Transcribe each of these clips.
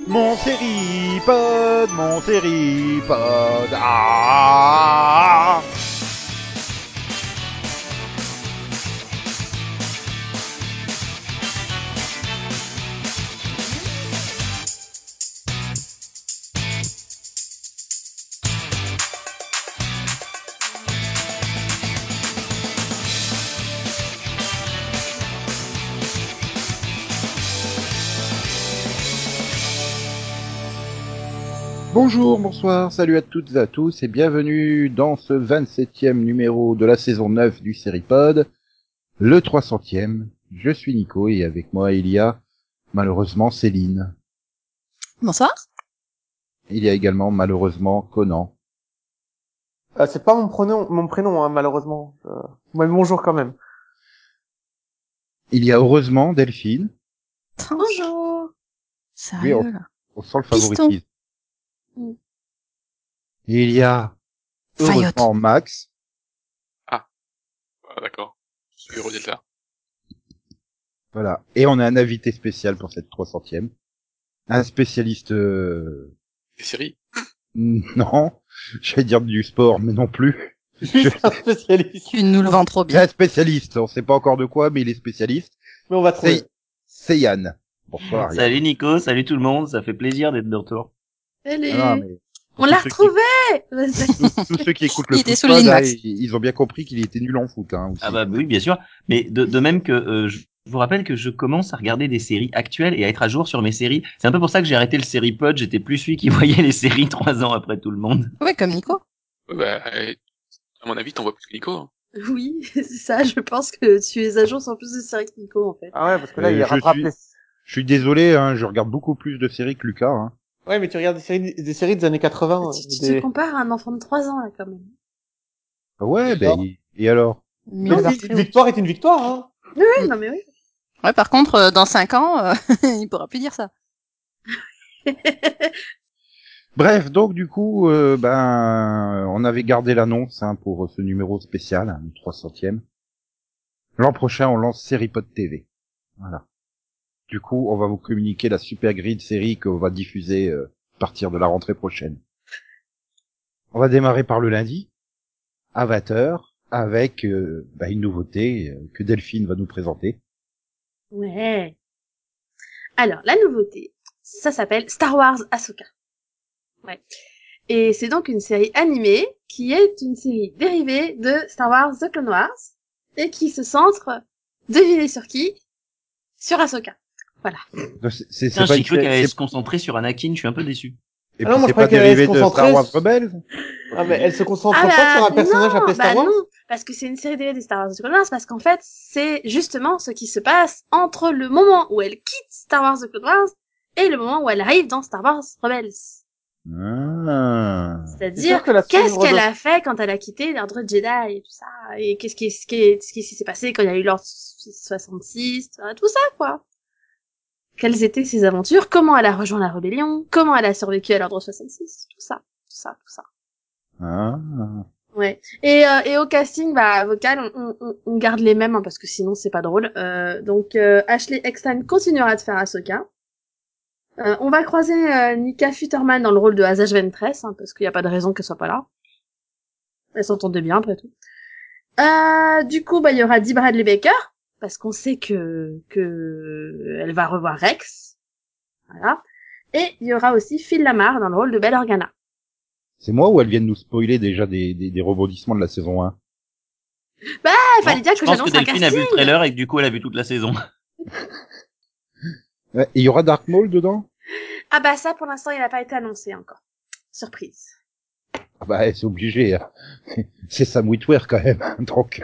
Mon séripode, mon séripode. Ah! Bonjour, bonsoir, salut à toutes et à tous et bienvenue dans ce 27e numéro de la saison 9 du Séripod, le 300e. Je suis Nico et avec moi il y a malheureusement Céline. Bonsoir. Il y a également malheureusement Conan. C'est pas mon prénom, hein, malheureusement. Ouais, bonjour quand même. Il y a heureusement Delphine. Bonjour. Oui, Sérieux, là. on sent le Piston. favoritisme. Et il y a Fayotte. heureusement Max. Ah, d'accord. Je suis heureux d'être là. Voilà. Et on a un invité spécial pour cette 300e. Un spécialiste... Des séries? Non, j'allais dire du sport, mais non plus. Juste un spécialiste. Tu nous le vends trop C'est bien. un spécialiste, on sait pas encore de quoi, mais il est spécialiste. Mais on va trouver. C'est Yann. Bonsoir Yann. Salut Nico, salut tout le monde, ça fait plaisir d'être de retour. Allez. Ah non, mais On l'a tous ceux retrouvé. tous ceux qui écoutent le Il était sous football, le là, Max. ils ont bien compris qu'il était nul en foot. Hein, aussi. Ah bah oui, bien sûr, mais de même que je vous rappelle que je commence à regarder des séries actuelles et à être à jour sur mes séries. C'est un peu pour ça que j'ai arrêté le Séripod, j'étais plus celui qui voyait les séries 3 ans après tout le monde. Ouais, comme Nico. Ouais, bah, à mon avis, t'en vois plus que Nico. Hein. Oui, c'est ça, je pense que tu es à jour sur plus de séries que Nico, en fait. Ah ouais, parce que là, il est je rattrapé. suis désolé, hein, je regarde beaucoup plus de séries que Lucas. Hein. Ouais, mais tu regardes des séries des années 80. Tu te compares à un enfant de 3 ans, là, quand même. Ah ouais, ben Non. et alors Mais Une victoire est une victoire, hein. Oui, oui, non, mais oui. Ouais, par contre, dans 5 ans, il pourra plus dire ça. Bref, donc du coup, on avait gardé l'annonce hein, pour ce numéro spécial, hein, le 300e. L'an prochain, on lance Séripod TV. Voilà. Du coup, on va vous communiquer la super grille de séries qu'on va diffuser à partir de la rentrée prochaine. On va démarrer par le lundi, à 20h, avec une nouveauté que Delphine va nous présenter. Ouais. Alors, la nouveauté, ça s'appelle Star Wars Ahsoka. Ouais. Et c'est donc une série animée qui est une série dérivée de Star Wars The Clone Wars et qui se centre, devinez sur qui? Sur Ahsoka. Voilà. Donc, c'est Tiens, pas j'ai une cru qu'elle allait c'est- se concentrer sur Anakin, je suis un peu déçu. et Ah non, puis moi, c'est je croyais pas qu'elle allait dérivé se de Star concentrer Wars Rebels. Ah, mais elle se concentre Ah pas sur un personnage appelé Star Wars? non, parce que c'est une série dérivée des Star Wars The Clone Wars, parce qu'en fait, c'est justement ce qui se passe entre le moment où elle quitte Star Wars The Clone Wars et le moment où elle arrive dans Star Wars Rebels. Ah. C'est C'est-à-dire, sûr que la qu'est-ce série qu'elle redonne- a fait quand elle a quitté l'ordre Jedi et tout ça, et qu'est-ce qui s'est passé quand il y a eu l'ordre 66, tout ça, quoi. Quelles étaient ses aventures, comment elle a rejoint la rébellion, comment elle a survécu à l'ordre 66, tout ça, tout ça, tout ça. Ah. Ouais. Et au casting, vocal, on garde les mêmes, hein, parce que sinon c'est pas drôle. Donc, Ashley Eckstein continuera de faire Ahsoka. On va croiser Nika Futterman dans le rôle de Asajj Ventress, hein, parce qu'il y a pas de raison qu'elle soit pas là. Elle s'entendait bien, après tout. Du coup, il y aura Dee Bradley Baker, parce qu'on sait que elle va revoir Rex. Voilà. Et il y aura aussi Phil Lamar dans le rôle de Bail Organa. C'est moi ou elle vient de nous spoiler déjà des rebondissements de la saison 1? Il fallait dire Je que pense j'annonce que un Delphine a vu le casting. trailer et que du coup elle a vu toute la saison. Ouais, et il y aura Dark Maul dedans? Ah ça, pour l'instant, il n'a pas été annoncé encore. Surprise. Ah bah c'est obligé. Hein. C'est Sam Witwer quand même. Donc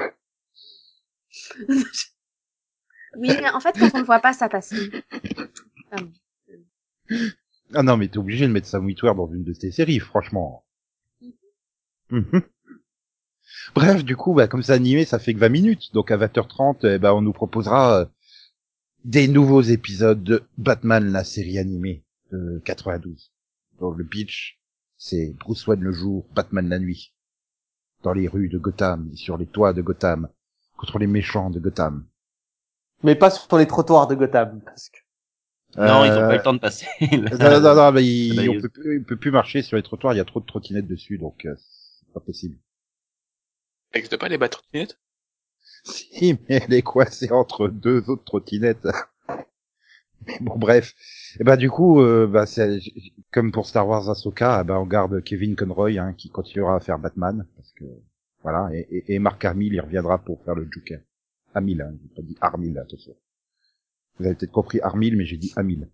Oui, mais en fait, quand on ne voit pas, ça passe. Ah bon. ah non mais t'es obligé de mettre Sam Witwer dans une de tes séries, franchement. Mhm. Bref, du coup, comme c'est animé, ça fait que 20 minutes. Donc à 20h30, on nous proposera des nouveaux épisodes de Batman, la série animée de 92. Donc le pitch, c'est Bruce Wayne le jour, Batman la nuit. Dans les rues de Gotham et sur les toits de Gotham, contre les méchants de Gotham. Mais pas sur les trottoirs de Gotham, parce que... Non, ils ont pas eu le temps de passer. Non, mais Bah, on peut plus marcher sur les trottoirs, il y a trop de trottinettes dessus, donc c'est pas possible. Ça existe pas les trottinettes? Si, mais elle est coincée entre deux autres trottinettes. Mais bon, bref. Et bah du coup, c'est comme pour Star Wars Ahsoka, on garde Kevin Conroy, hein, qui continuera à faire Batman, parce que voilà, et Mark Hamill, il reviendra pour faire le Joker. Hamill, hein, j'ai pas dit Harmill, attention. Vous avez peut-être compris Harmill, mais j'ai dit Hamill.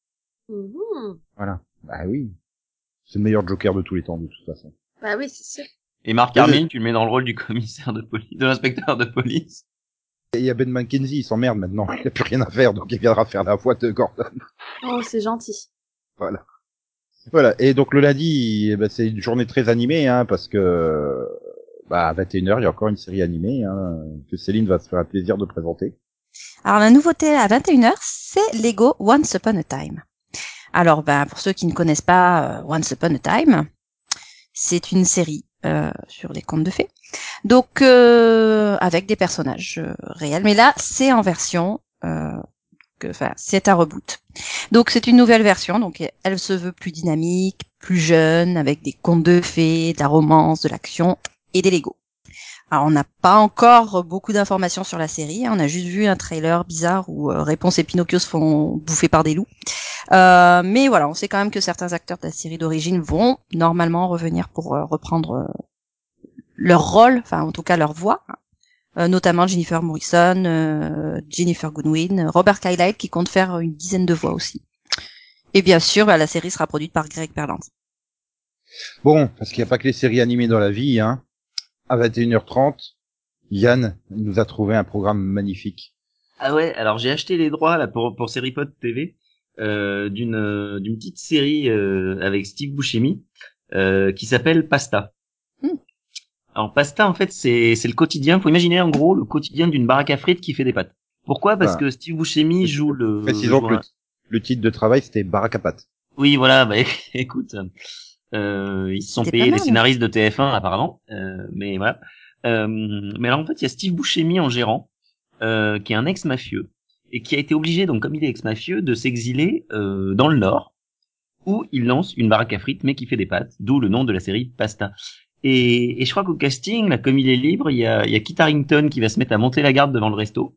Mhm. Voilà. Bah oui. C'est le meilleur Joker de tous les temps, de toute façon. Bah oui, c'est sûr. Et Mark Hamill, tu le mets dans le rôle du commissaire de police, de l'inspecteur de police. Et il y a Ben McKenzie, il s'emmerde maintenant, il a plus rien à faire, donc il viendra faire la voix de Gordon. Oh, c'est gentil. Voilà. Voilà. Et donc le lundi, c'est une journée très animée, hein, parce que à 21h, il y a encore une série animée, hein, que Céline va se faire un plaisir de présenter. Alors la nouveauté à 21h, c'est Lego Once Upon a Time. Alors pour ceux qui ne connaissent pas Once Upon a Time, c'est une série sur les contes de fées. Donc avec des personnages réels, mais là c'est en version c'est un reboot. Donc c'est une nouvelle version, donc elle se veut plus dynamique, plus jeune, avec des contes de fées, de la romance, de l'action et des Lego. Alors on n'a pas encore beaucoup d'informations sur la série, hein. On a juste vu un trailer bizarre où Réponse et Pinocchio se font bouffer par des loups. Mais voilà, on sait quand même que certains acteurs de la série d'origine vont normalement revenir pour reprendre leur rôle, enfin en tout cas leur voix. Notamment Jennifer Morrison, Jennifer Goodwin, Robert Carlyle qui compte faire une dizaine de voix aussi. Et bien sûr, la série sera produite par Greg Berlanti. Bon, parce qu'il n'y a pas que les séries animées dans la vie, hein. À 21h30, Yann nous a trouvé un programme magnifique. Ah ouais, alors j'ai acheté les droits là pour Seripod TV d'une petite série avec Steve Buscemi qui s'appelle Pasta. Alors Pasta en fait c'est le quotidien, faut imaginer en gros le quotidien d'une baraque à frites qui fait des pâtes. Pourquoi? Parce Voilà. que Steve Buscemi joue Précisons que le titre de travail c'était Baraque à pâtes. Oui, voilà, écoute, ils se sont C'était payés pas les mal. scénaristes de TF1 apparemment, mais voilà. Mais alors en fait, il y a Steve Buscemi en gérant, qui est un ex-mafieux et qui a été obligé, donc comme il est ex-mafieux, de s'exiler dans le Nord, où il lance une baraque à frites mais qui fait des pâtes, d'où le nom de la série Pasta. Et je crois qu'au casting, là, comme il est libre, il y a Kit Harington qui va se mettre à monter la garde devant le resto.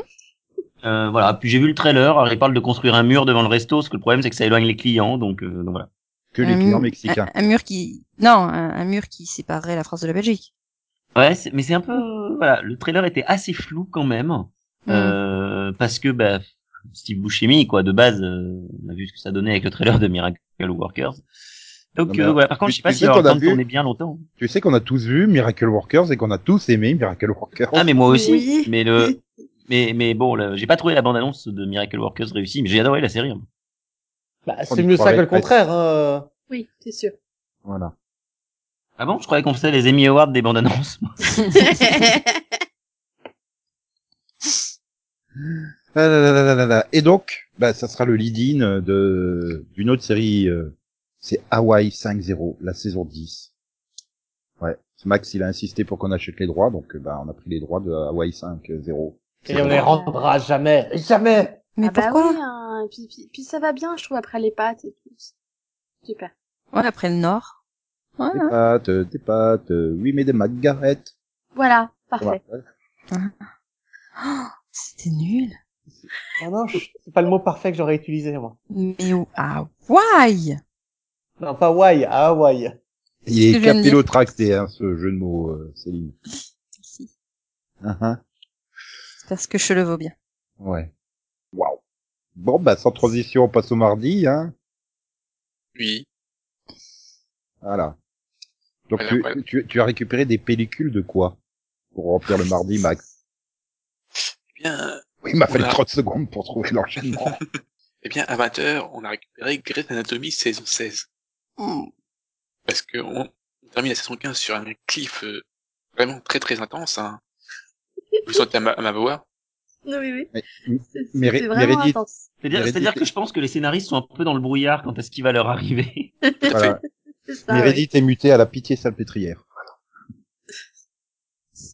Voilà. Puis j'ai vu le trailer. Alors, il parle de construire un mur devant le resto, parce que le problème c'est que ça éloigne les clients, donc voilà. Que les clients mexicains. Un mur un mur qui séparerait la France de la Belgique. Ouais, mais c'est un peu voilà. Le trailer était assez flou quand même, parce que Steve Buscemi quoi, de base, on a vu ce que ça donnait avec le trailer de Miracle Workers. Donc Non, mais voilà. Par contre, je sais pas tu s'il sais aura le qu'on a temps de vu- tourner bien longtemps. Tu sais qu'on a tous vu Miracle Workers et qu'on a tous aimé Miracle Workers. Ah mais moi aussi. Oui. Mais bon, j'ai pas trouvé la bande-annonce de Miracle Workers réussie, mais j'ai adoré la série. Hein. Bah, On c'est y mieux ça croirait que le presque. contraire, hein. Oui, c'est sûr. Voilà. Ah bon, je croyais qu'on faisait les Emmy Awards des bandes-annonces. Ah là là là là là. Et donc, ça sera le lead-in d'une autre série. C'est Hawaii 5.0, la saison 10. Ouais. Max, il a insisté pour qu'on achète les droits, donc on a pris les droits de Hawaii 5.0. Et on les rendra jamais. Jamais! Mais Ah bah pourquoi? oui, hein. Puis ça va bien, je trouve, après les pâtes et tout. Super. Ouais, après le Nord. Voilà. Des pâtes, oui, mais des margarettes. Voilà, parfait. C'était nul. Ah non, c'est pas le mot parfait que j'aurais utilisé, moi. Mais why? Non, pas Hawaii, à Hawaï. Il est que je viens de dire. capillotracté, hein, ce jeu de mots, Céline. Si. Uh-huh. C'est parce que je le vaux bien. Ouais. Waouh. Bon, sans transition, on passe au mardi, hein. Oui. Voilà. Donc Voilà. tu as récupéré des pellicules de quoi pour remplir le mardi, Max? Eh bien, Oui, il m'a fallu Oula. 30 secondes pour trouver l'enchaînement. eh bien, à 20h, on a récupéré Grey's Anatomy saison 16. Parce que on termine la saison 15 sur un cliff vraiment très très intense, hein. Vous sentez à ma voix? Oui, oui. Mais, C'est vraiment Meredith, intense. C'est-à-dire que je pense que les scénaristes sont un peu dans le brouillard quant à ce qui va leur arriver. Tout à voilà. fait. C'est ça, oui. Meredith est mutée à la pitié salpêtrière.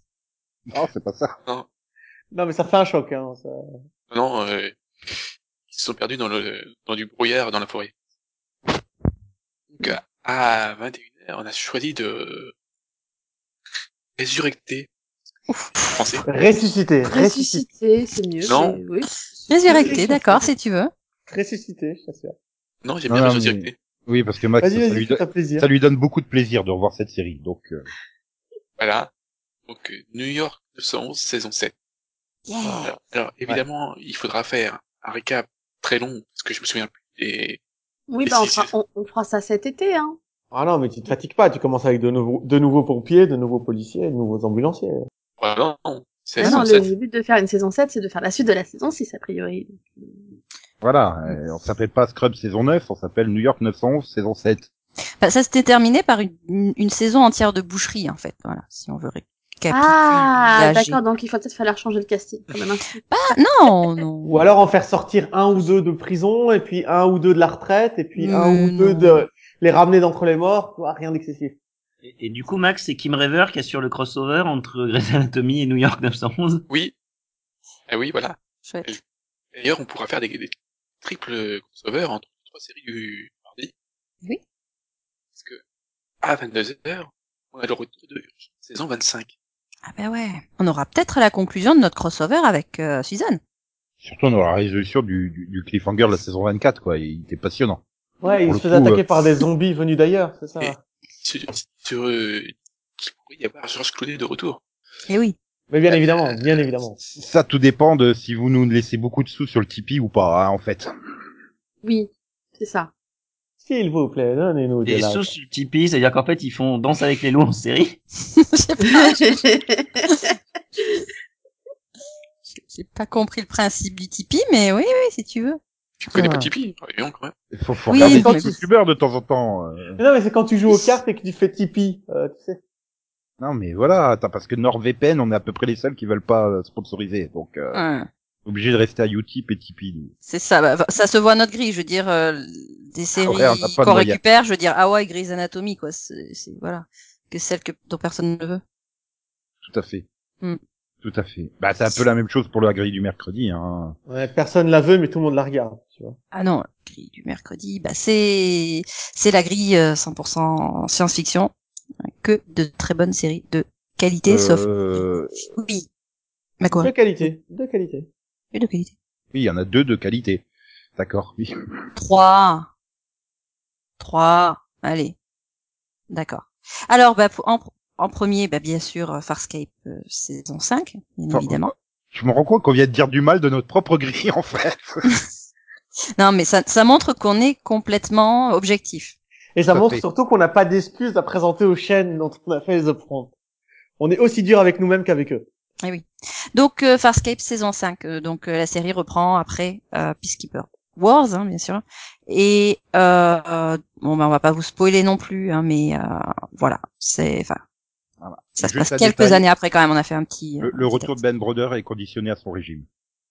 Non, c'est pas ça. Non, Non, mais ça fait un choc, hein. Ça... non, qui se sont perdus dans du brouillard dans la forêt. Donc, à 21h, on a choisi de résurrecter, français. Ressusciter, c'est mieux. Non. mais oui. Résurrecté, d'accord, si tu veux. Ressusciter, je t'assure. Non, j'aime Non, bien non, résurrecter. Oui, parce que Max, Vas-y, fais-toi plaisir. ça lui donne beaucoup de plaisir de revoir cette série. Donc, Voilà. Donc, New York 911, saison 7. Yeah. Alors, évidemment, il faudra faire un récap très long, parce que je me souviens plus des... Oui, Et bah, si- on fera ça cet été, hein. Ah non, mais tu te fatigues pas, tu commences avec de nouveaux pompiers, de nouveaux policiers, de nouveaux ambulanciers. Voilà, non. C'est Ah la non, saison 7. le but de faire une saison 7, c'est de faire la suite de la saison 6, a priori. voilà. On s'appelle pas Scrubs saison 9, on s'appelle New York 911 saison 7. Bah, ça s'était terminé par une saison entière de boucherie, en fait. Voilà, si on veut récapituler. Ah, d'accord, donc il faut peut-être falloir changer le casting, quand même. Non, non. Ou alors en faire sortir un ou deux de prison, et puis un ou deux de la retraite, et puis un ou deux Non. de les ramener d'entre les morts, quoi, rien d'excessif. Et du coup, Max, c'est Kim Raver qui assure le crossover entre Grey's Anatomy et New York 911. Oui. Ah oui, voilà. Chouette. D'ailleurs, on pourra faire des triples crossovers entre les 3 séries du mardi. Oui. Parce que, à 22h, on a le retour de saison 25. Ah ben ouais. On aura peut-être la conclusion de notre crossover avec Susan. Surtout, on aura la résolution du cliffhanger de la saison 24, quoi. Il était passionnant. Ouais, Pour il le se faisait coup, attaquer par des zombies venus d'ailleurs, c'est ça. Et qu'il pourrait y avoir George Clooney de retour. Eh oui. Mais bien évidemment, bien évidemment. Ça, tout dépend de si vous nous laissez beaucoup de sous sur le Tipeee ou pas, hein, en fait. Oui, c'est ça. S'il vous plaît, donnez-nous de Et la... sous sur Tipeee, c'est-à-dire qu'en fait, ils font Danse avec les loups en série. J'ai pas compris le principe du Tipeee, mais oui, oui, si tu veux. Tu connais pas Ah. Tipeee? Voyons, quand même. Il faut Oui, regarder mais des youtubeurs de temps en temps. Mais non, mais c'est quand tu joues aux cartes et que tu fais Tipeee, tu sais. Non, mais voilà, attends, parce que NordVPN, on est à peu près les seuls qui veulent pas sponsoriser. Donc, Ouais. obligé de rester à Utip et Tipeee. nous. C'est ça, bah, ça se voit à notre grille, je veux dire, des séries ouais, on n'a pas de qu'on moyens. récupère, je veux dire, Hawaii, Grey's Anatomy, quoi, voilà, que celles dont personne ne veut. Tout à fait. Mm. Tout à fait. Bah, c'est un peu la même chose pour la grille du mercredi, hein. Ouais, personne la veut, mais tout le monde la regarde, tu vois. Ah non, la grille du mercredi, bah, c'est la grille 100% science-fiction, que de très bonnes séries de qualité, sauf, oui, mais quoi, De qualité, de qualité. et de qualité. Oui, il y en a 2 de qualité. D'accord, oui. 3, allez, d'accord. Alors, bah, en premier, bah, bien sûr, Farscape saison 5, bien Enfin, évidemment. je me rends compte qu'on vient de dire du mal de notre propre grille, en fait. Non, mais ça montre qu'on est complètement objectif. Et ça Tout à montre fait. surtout qu'on n'a pas d'excuses à présenter aux chaînes dont on a fait les upfronts. On est aussi dur avec nous-mêmes qu'avec eux. Eh oui. Donc, Farscape saison 5, donc la série reprend après Peacekeeper Wars, hein, bien sûr. Et bon, bah, on va pas vous spoiler non plus, hein, mais voilà, Voilà. ça se Juste passe un quelques détail, années après quand même. On a fait un petit. le retour de Ben Brother est conditionné à son régime.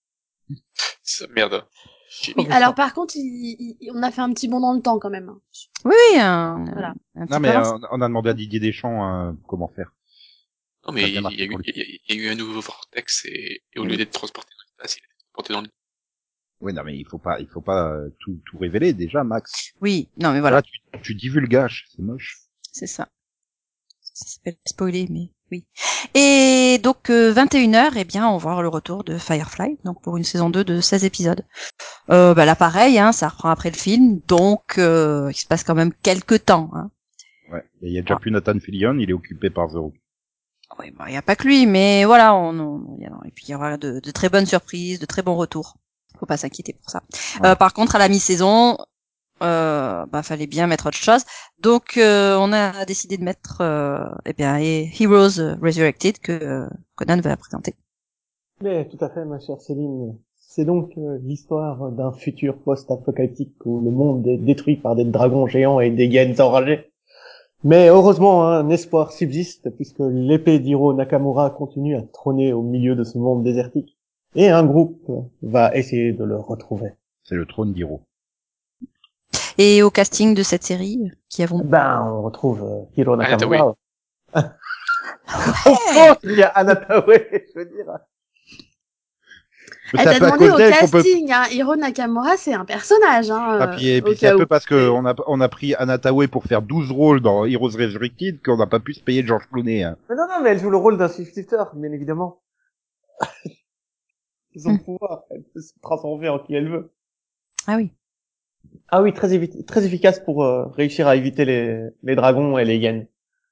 Merde. Oui, alors par contre, on a fait un petit bond dans le temps quand même. Oui, Voilà. un petit Non, peu mais avancé. on a demandé à Didier Deschamps comment faire. Non, Ça mais a bien il marché y a pour eu, lui. il y a eu un nouveau vortex et au lieu d'être transporté dans l'espace, il est transporté dans le... Oui, non, mais il faut pas tout révéler déjà, Max. Oui, non, mais voilà, Là, tu divulgages, c'est moche. c'est ça. Ça s'appelle spoiler, mais oui. Et donc 21h, eh bien, on va voir le retour de Firefly, donc pour une saison 2 de 16 épisodes. Bah là pareil, hein, ça reprend après le film, donc il se passe quand même quelques temps. Hein. Ouais. Et il y a déjà plus Nathan Fillion, il est occupé par The Rock. Oui, bah il y a pas que lui, mais voilà, et puis il y aura de très bonnes surprises, de très bons retours. Faut pas s'inquiéter pour ça. Ouais. Par contre, à la mi-saison, bah fallait bien mettre autre chose. Donc on a décidé de mettre eh bien Heroes Resurrected que Conan va présenter. Mais tout à fait, ma chère Céline. C'est donc l'histoire d'un futur post-apocalyptique où le monde est détruit par des dragons géants et des hyènes enragées. Mais heureusement, un espoir subsiste puisque l'épée d'Hiro Nakamura continue à trôner au milieu de ce monde désertique. Et un groupe va essayer de le retrouver. C'est le trône d'Hiro. Et au casting de cette série, qui avons Ben, on retrouve Hiro Anatawe. Nakamura. Of course, il y a Anatawe, je veux dire. Mais Elle c'est un t'a peu à demandé cause au d'elle qu'on peut. casting, hein. Hiro Nakamura, c'est un personnage, hein, Ah, puis, et au puis c'est un cas peu où. parce que on a pris Anna Tawai pour faire 12 rôles dans Heroes Resurrected qu'on n'a pas pu se payer George Clooney. Hein. Mais non, mais elle joue le rôle d'un shifter, bien évidemment. Ils ont le pouvoir. Elle peut se transformer en qui elle veut. Ah oui. Ah oui, très efficace pour réussir à éviter les dragons et les hyènes.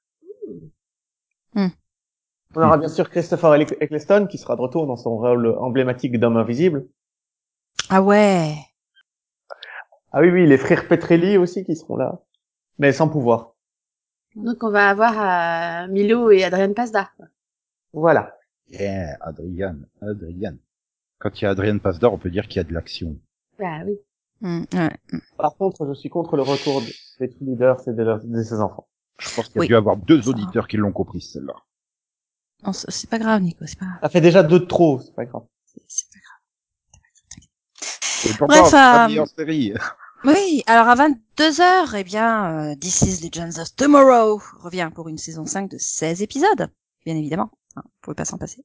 Hmm. On aura bien sûr Christopher Eccleston qui sera de retour dans son rôle emblématique d'homme invisible. Ah ouais. Ah oui, oui, les frères Petrelli aussi qui seront là, mais sans pouvoir. Donc, on va avoir Milo et Adrian Pasda. Voilà. Yeah, Adrian. Quand il y a Adrian Pasdar, on peut dire qu'il y a de l'action. Bah oui. Ouais. Par contre, je suis contre le retour des True Leaders et de ses enfants. Je pense qu'il y a Oui. dû avoir 2 Ça. auditeurs qui l'ont compris, celle-là. Non, c'est pas grave, Nico, c'est pas grave. Ça fait déjà 2 de trop, c'est pas grave. C'est pas grave. Et pourtant, Bref, c'est la meilleure série. Oui, alors à 22h, eh bien, This is Legends of Tomorrow revient pour une saison 5 de 16 épisodes, bien évidemment. Hein, vous pouvez pas s'en passer.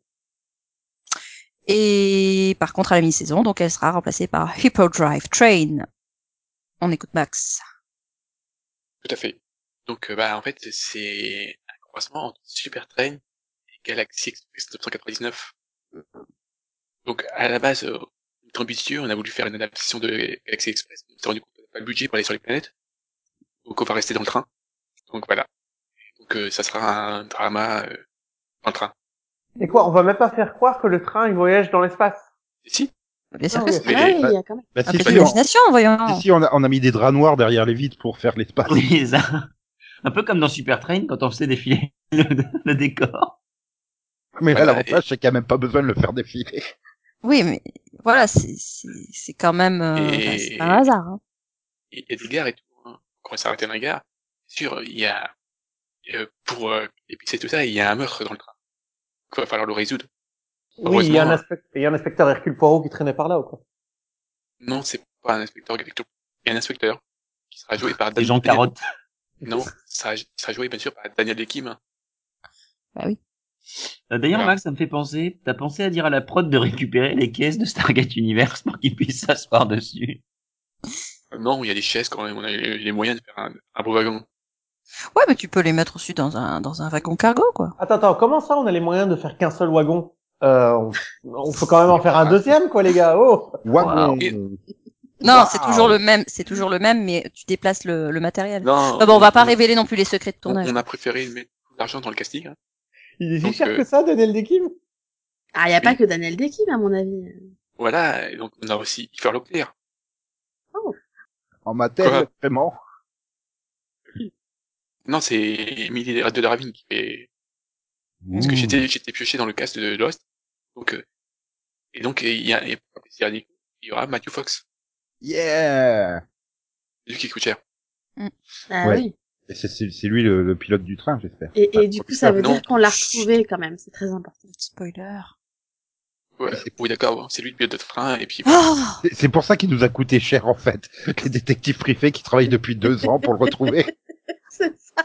Et par contre, à la mi-saison, donc elle sera remplacée par Hyperdrive Train. On écoute Max. Tout à fait. Donc, en fait, c'est un croisement entre Super Train et Galaxy Express 999. Donc, à la base, on est ambitieux, on a voulu faire une adaptation de Galaxy Express, mais on s'est rendu compte qu'on n'a pas le budget pour aller sur les planètes. Donc, on va rester dans le train. Donc, voilà. Donc, ça sera un drama dans le train. Et quoi, on va même pas faire croire que le train, il voyage dans l'espace. Et si, Bien sûr Ah que oui. si. mais Ah oui, il y a quand même. Bah, Un si, peu si, d'imagination, voyons. si, on a mis des draps noirs derrière les vitres pour faire l'espace. Oui, ça. Un peu comme dans Super Train quand on faisait défiler le décor. Mais là, Voilà, l'avantage, c'est qu'il n'y a même pas besoin de le faire défiler. Oui, mais voilà, c'est quand même, enfin, c'est pas un hasard. Hein. il y a des gares et tout, hein. Quand on s'arrêter dans la gare, bien sûr, il y a, pour épicer tout ça, il y a un meurtre dans le train. Donc, il va falloir le résoudre. Oui, il y a Heureusement, il y a un inspecteur Hercule Poirot qui traînait par là, ou quoi. non, c'est pas un inspecteur Galacto. Il y a un inspecteur qui sera joué par Des gens Daniel. carottes. Non, ça sera joué bien sûr par Daniel Ekim. Bah oui. D'ailleurs, Voilà. Max, ça me fait penser, t'as pensé à dire à la prod de récupérer les caisses de Stargate Universe pour qu'ils puissent s'asseoir dessus. Non, il y a des chaises quand même, on a les moyens de faire un beau wagon. Ouais, mais tu peux les mettre aussi dans un wagon cargo, quoi. Attends, comment ça, on a les moyens de faire qu'un seul wagon? On peut quand même en faire un deuxième, quoi, les gars. Oh! Wagon. Et- Non, Waouh. c'est toujours le même, mais tu déplaces le matériel. Non, Ah bon, on va pas révéler non plus les secrets de tournage. on a préféré mettre de l'argent dans le casting. Hein. Il est si Donc, cher que ça, Daniel Dekim? Ah, il y a Oui. pas que Daniel Dekim, à mon avis. Voilà, et donc on a aussi Ifer Leclerc. En Mattel, Quoi vraiment. Non, c'est Émilie de Ravine qui fait... Parce que j'étais pioché dans le cast de Lost. Donc, et donc, il y a, il y aura Matthew Fox. Yeah. C'est lui qui coûte cher. Ah Ouais. oui. Et c'est lui le pilote du train, j'espère. Et du coup, ça veut non. dire qu'on l'a retrouvé quand même. C'est très important. Spoiler. Ouais, c'est- oui, d'accord, c'est lui le pilote de train, et puis voilà. Oh C'est pour ça qu'il nous a coûté cher, en fait. Les détectives privés qui travaillent depuis 2 ans pour le retrouver. C'est ça.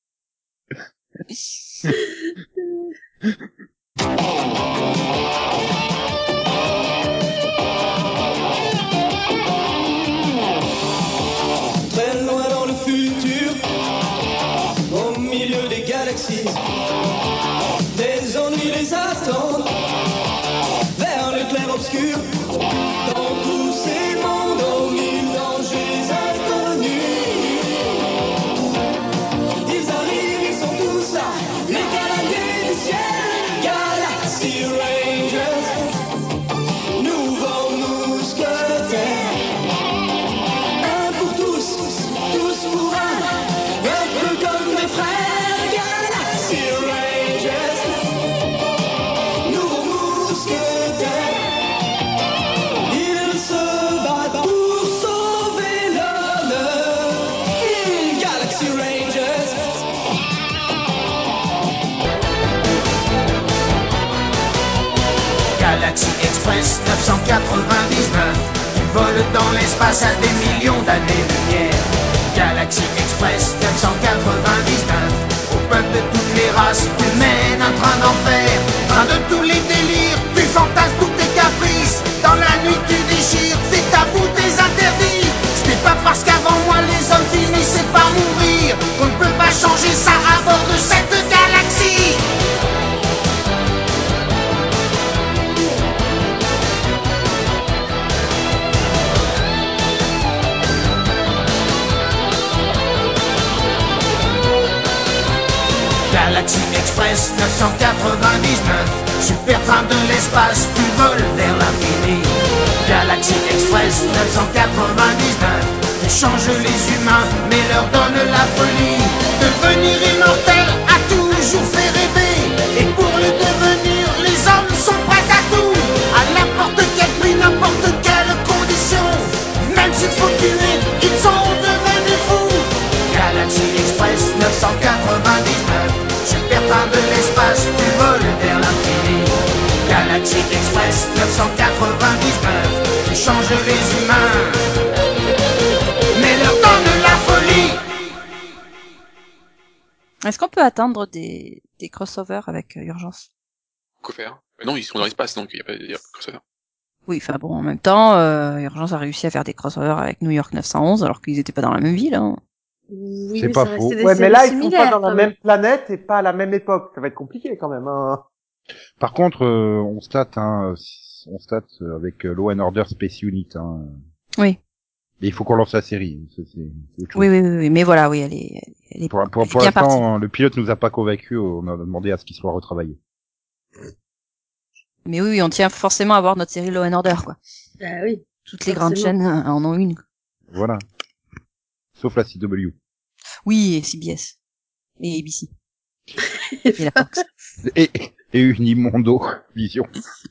Très loin dans le futur, au milieu des galaxies, des ennuis les attendent, vers le clair obscur, dans tous ces mondes aux mille dangers inconnus. Ils arrivent, ils sont tous là, les cavaliers du ciel, Galaxy Rangers, nouveaux mousquetaires. Un pour tous, tous pour un peu comme mes frères, Galaxy Rangers, nouveaux mousquetaires. Ils se battent pour sauver l'honneur, Galaxy Rangers. Galaxy Express 999 qui vole dans l'espace à des millions d'années-lumière. Galaxy Express 999 au peuple de toutes les races humaines, un train d'enfer, train de tous les délires, du fantasme, tous tes caprices. réfléchir, des tabous, des interdits. Ce n'est pas parce qu'avant moi les hommes finissaient par mourir qu'on ne peut pas changer ça à bord de cette galaxie. Galaxy Express 999, super train de l'espace, tu voles vers l'infini. Galaxy Express 999, tu changes les humains mais leur donnes la folie. Devenir immortel a toujours fait rêver, et pour le devenir les hommes sont prêts à tout. À n'importe quel prix, n'importe quelle condition, même s'il faut tuer, ils sont devenus fous. Galaxy Express 999, super train de l'espace, tu voles vers l'infini. Galaxy Express 999, tu changes les humains, mais leur donne la folie. Est-ce qu'on peut attendre des crossovers avec Urgence? Quoi faire? Non, ils sont dans l'espace, donc il y a pas de crossover. Oui, enfin bon, en même temps, Urgence a réussi à faire des crossovers avec New York 911 alors qu'ils étaient pas dans la même ville. Hein. Oui, C'est mais pas ça faux. restait des Ouais, mais séries là, ils sont pas similaires, dans la quand même planète et pas à la même époque. Ça va être compliqué quand même. Hein. Par contre, on state avec Law and Order Space Unit. Hein. Oui. Et il faut qu'on lance la série. C'est autre chose. Oui, mais voilà, oui, elle est Pour elle est bien partie. l'instant, le pilote nous a pas convaincus. On a demandé à ce qu'il soit retravaillé. Mais oui, on tient forcément à voir notre série Law and Order, quoi. Ah oui. Toutes les grandes Forcément. chaînes en ont une. Quoi. Voilà. Sauf la CW. Oui, et CBS. Et ABC. Et la Fox. Et Unimondo Vision.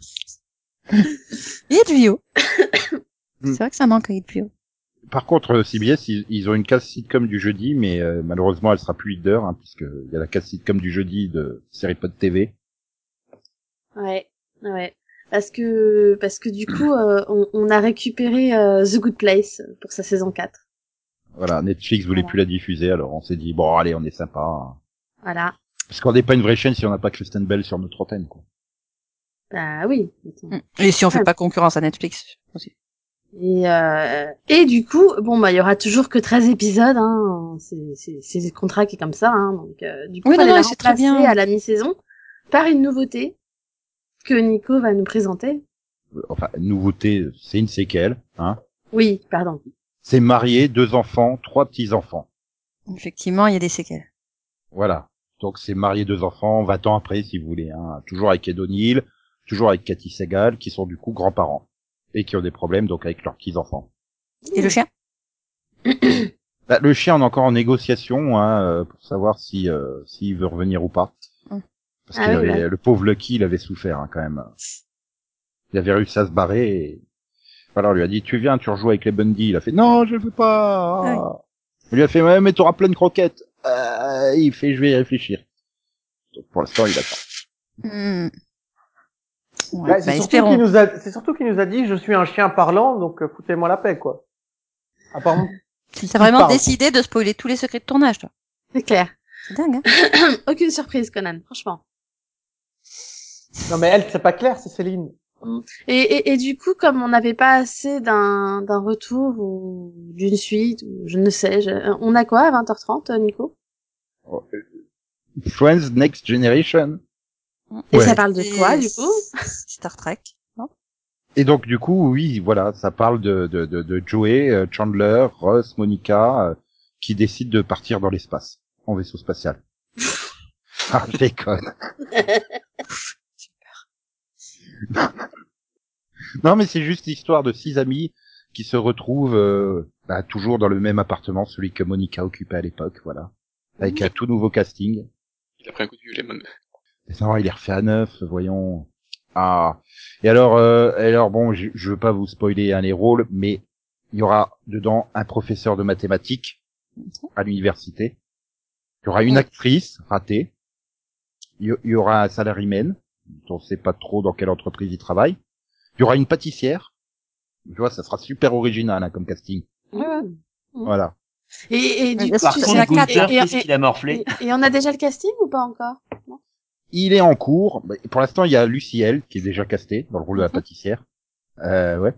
Et HBO. C'est vrai que ça manque à HBO. Par contre, CBS, ils ont une case sitcom du jeudi, mais malheureusement, elle sera plus leader, hein, puisque il y a la case sitcom du jeudi de Série Pod TV. Ouais. Parce que du coup, on a récupéré The Good Place pour sa saison 4. Voilà, Netflix voulait plus la diffuser, alors on s'est dit, bon, allez, on est sympa. Hein. Voilà. Parce qu'on n'est pas une vraie chaîne si on n'a pas Kristen Bell sur notre antenne, quoi. Bah oui. Et si on fait pas concurrence à Netflix aussi. Et du coup, bon bah il y aura toujours que 13 épisodes, hein. C'est le contrat qui est comme ça, hein. Donc du coup, Oui, fallait non, la c'est très remplacer bien. à la mi-saison par une nouveauté que Nico va nous présenter. Enfin, nouveauté, c'est une séquelle, hein. Oui, pardon. C'est marié, 2 enfants, 3 petits-enfants. Effectivement, il y a des séquelles. Voilà. Donc c'est marié, 2 enfants, 20 ans après, si vous voulez, hein. Toujours avec Ed O'Neill, toujours avec Cathy Segal, qui sont du coup grands-parents. Et qui ont des problèmes, donc, avec leurs petits-enfants. Et le chien? Bah, le chien, on est encore en négociation, hein, pour savoir s'il veut revenir ou pas. Parce qu'il avait, le pauvre Lucky, il avait souffert, hein, quand même. Il avait réussi à se barrer et, voilà, on lui a dit, tu viens, tu rejoues avec les Bundy. Il a fait, non, je veux pas. Ah oui. On lui a fait, ouais, mais t'auras plein de croquettes. Il fait, je vais y réfléchir. Donc, pour l'instant, il attend. Ouais, Bah, c'est surtout qu'il nous a dit, je suis un chien parlant, donc foutez-moi la paix, quoi. Apparemment. T'as vraiment décidé de spoiler tous les secrets de tournage, toi. C'est clair. C'est dingue, hein. Aucune surprise, Conan, franchement. Non, mais elle, c'est pas clair, c'est Céline. Et du coup, comme on n'avait pas assez d'un retour ou d'une suite, ou je ne sais, on a quoi à 20h30, Nico? Friends Next Generation. Et ça parle de quoi, du coup? Star Trek, non? Et donc, du coup, oui, voilà, ça parle de Joey, Chandler, Ross, Monica, qui décident de partir dans l'espace, en vaisseau spatial. Ah, je déconne. Non, mais c'est juste l'histoire de 6 amis qui se retrouvent toujours dans le même appartement, celui que Monica occupait à l'époque, voilà. Avec un tout nouveau casting. Il a pris un coup de vieux Lemon. Non, il est refait à neuf, voyons. Ah. Et alors bon, je veux pas vous spoiler les rôles, mais il y aura dedans un professeur de mathématiques à l'université. Il y aura une actrice ratée. Il y aura un salaryman, dont on sait pas trop dans quelle entreprise il travaille. Il y aura une pâtissière. Tu vois, ça sera super original, hein, comme casting. Voilà. Et du coup, Par contre, Gunther, qu'est-ce qu'il a morflé? Et on a déjà le casting ou pas encore? Non. Il est en cours. Pour l'instant, il y a Lucielle, qui est déjà castée dans le rôle de la pâtissière. Ouais.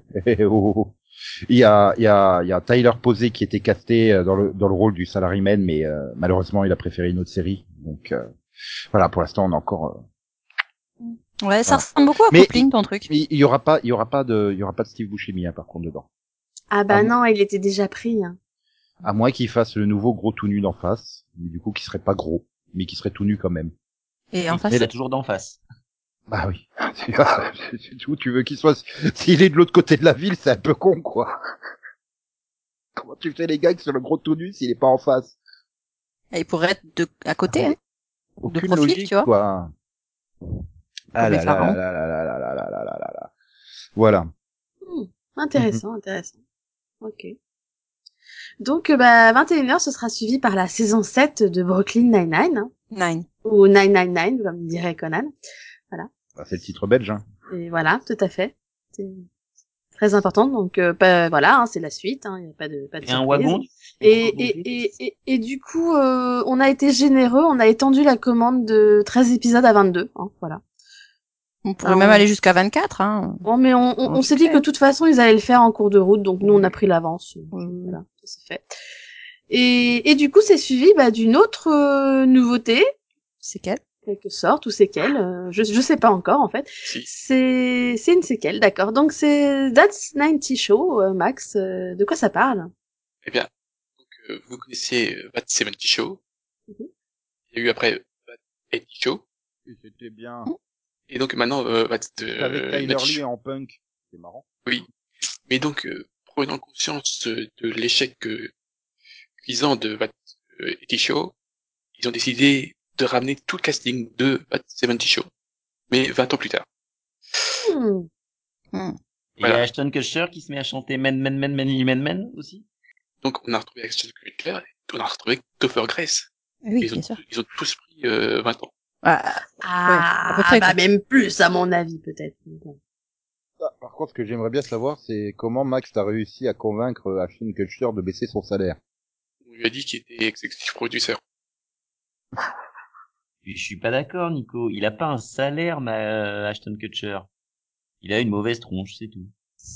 Il y a Tyler Posey qui était casté dans le rôle du Salaryman, mais malheureusement il a préféré une autre série. Donc voilà, pour l'instant on a encore. Ouais, ça Voilà. ressemble beaucoup à Mais Coupling, ton truc. il y aura pas de Steve Buscemi hein, par contre dedans. Ah bah Ah, non, il était déjà pris. Hein. À moins qu'il fasse le nouveau gros tout nu d'en face, mais du coup qui serait pas gros, mais qui serait tout nu quand même. Et en face, Il est toujours d'en face. Bah oui. C'est tout. Tu veux qu'il soit. S'il est de l'autre côté de la ville, c'est un peu con quoi. Comment tu fais les gags sur le gros tout nu s'il est pas en face? il pourrait être à côté, hein. Aucune profil, logique, tu vois. quoi. Ah Comme les là là pharaons. là là là là là là là là là là. Voilà. Intéressant, intéressant. Ok. Donc, bah, 21h, ce sera suivi par la saison 7 de Brooklyn Nine-Nine, hein, 9. ou 999, comme dirait Conan. Bah, c'est le titre belge, hein. Et voilà, tout à fait. C'est très important. Donc, voilà, hein, c'est la suite. Hein, il n'y a pas de Et un surprise. wagon. Et du coup, on a été généreux. On a étendu la commande de 13 épisodes à 22. Hein, voilà. On pourrait même aller jusqu'à 24, hein. Bon, mais on s'est dit que de toute façon, ils allaient le faire en cours de route. Donc, nous, on a pris l'avance. Voilà, ça c'est fait. Et du coup, c'est suivi d'une autre nouveauté. C'est quelle? Quelque sorte, ou séquelle, je sais pas encore en fait. Si. C'est une séquelle, d'accord. Donc c'est That's 90 Show, Max. De quoi ça parle? Eh bien, donc, vous connaissez Bat 70 Show. Mhm. Il y a eu après Bat 80 Show. C'était bien. Et donc maintenant, Bat Avec Tyler 90 Lee Show. en punk. C'est marrant. Oui. Mais donc, prenant conscience de l'échec cuisant de Bat 80 Show, ils ont décidé de ramener tout le casting de Bat 70 Show. Mais 20 ans plus tard. Hmm. Et il y Voilà. a Ashton Kutcher qui se met à chanter Men aussi. Donc on a retrouvé Ashton Kutcher, et on a retrouvé Topher Grace. Oui, Ils bien ont, sûr. ils ont tous pris 20 ans. À peu près, quoi. Même plus à mon avis peut-être. Bon. Ah, par contre, ce que j'aimerais bien savoir, c'est comment Max t'a réussi à convaincre Ashton Kutcher de baisser son salaire. On lui a dit qu'il était executive producer. Je suis pas d'accord, Nico. Il a pas un salaire, Ashton Kutcher. Il a une mauvaise tronche, c'est tout.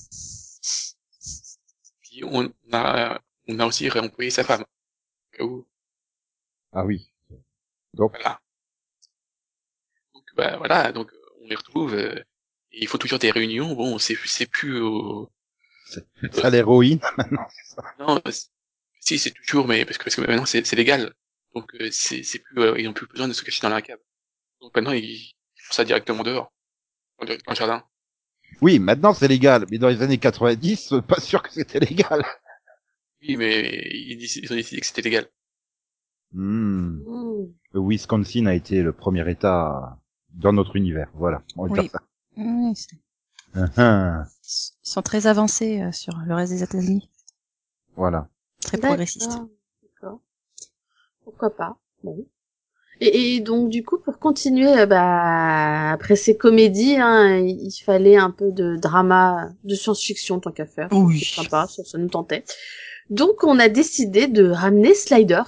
Puis on a aussi réemployé sa femme. Au cas où. Ah oui. Donc, Voilà. Donc bah voilà, donc on les retrouve. Et il faut toujours des réunions. Bon, c'est plus au. ça l'héroïne, maintenant, c'est ça. Non, si c'est toujours, mais parce que maintenant c'est légal. Donc c'est plus, ils n'ont plus besoin de se cacher dans la cave. Donc maintenant ils font ça directement dehors, dans le jardin. Oui, maintenant c'est légal, mais dans les années 90, pas sûr que c'était légal. Oui, mais ils ont décidé que c'était légal. Hmm. Hmm. Le Wisconsin a été le premier État dans notre univers. Voilà, on va Oui. dire ça. Oui, Uhum. ils sont très avancés sur le reste des États-Unis. Voilà. Très progressistes. D'accord. Pourquoi pas. Bon. Et donc du coup pour continuer, après ces comédies, hein, il fallait un peu de drama, de science-fiction tant qu'à faire. Oui. C'est sympa, ça nous tentait. Donc on a décidé de ramener Sliders.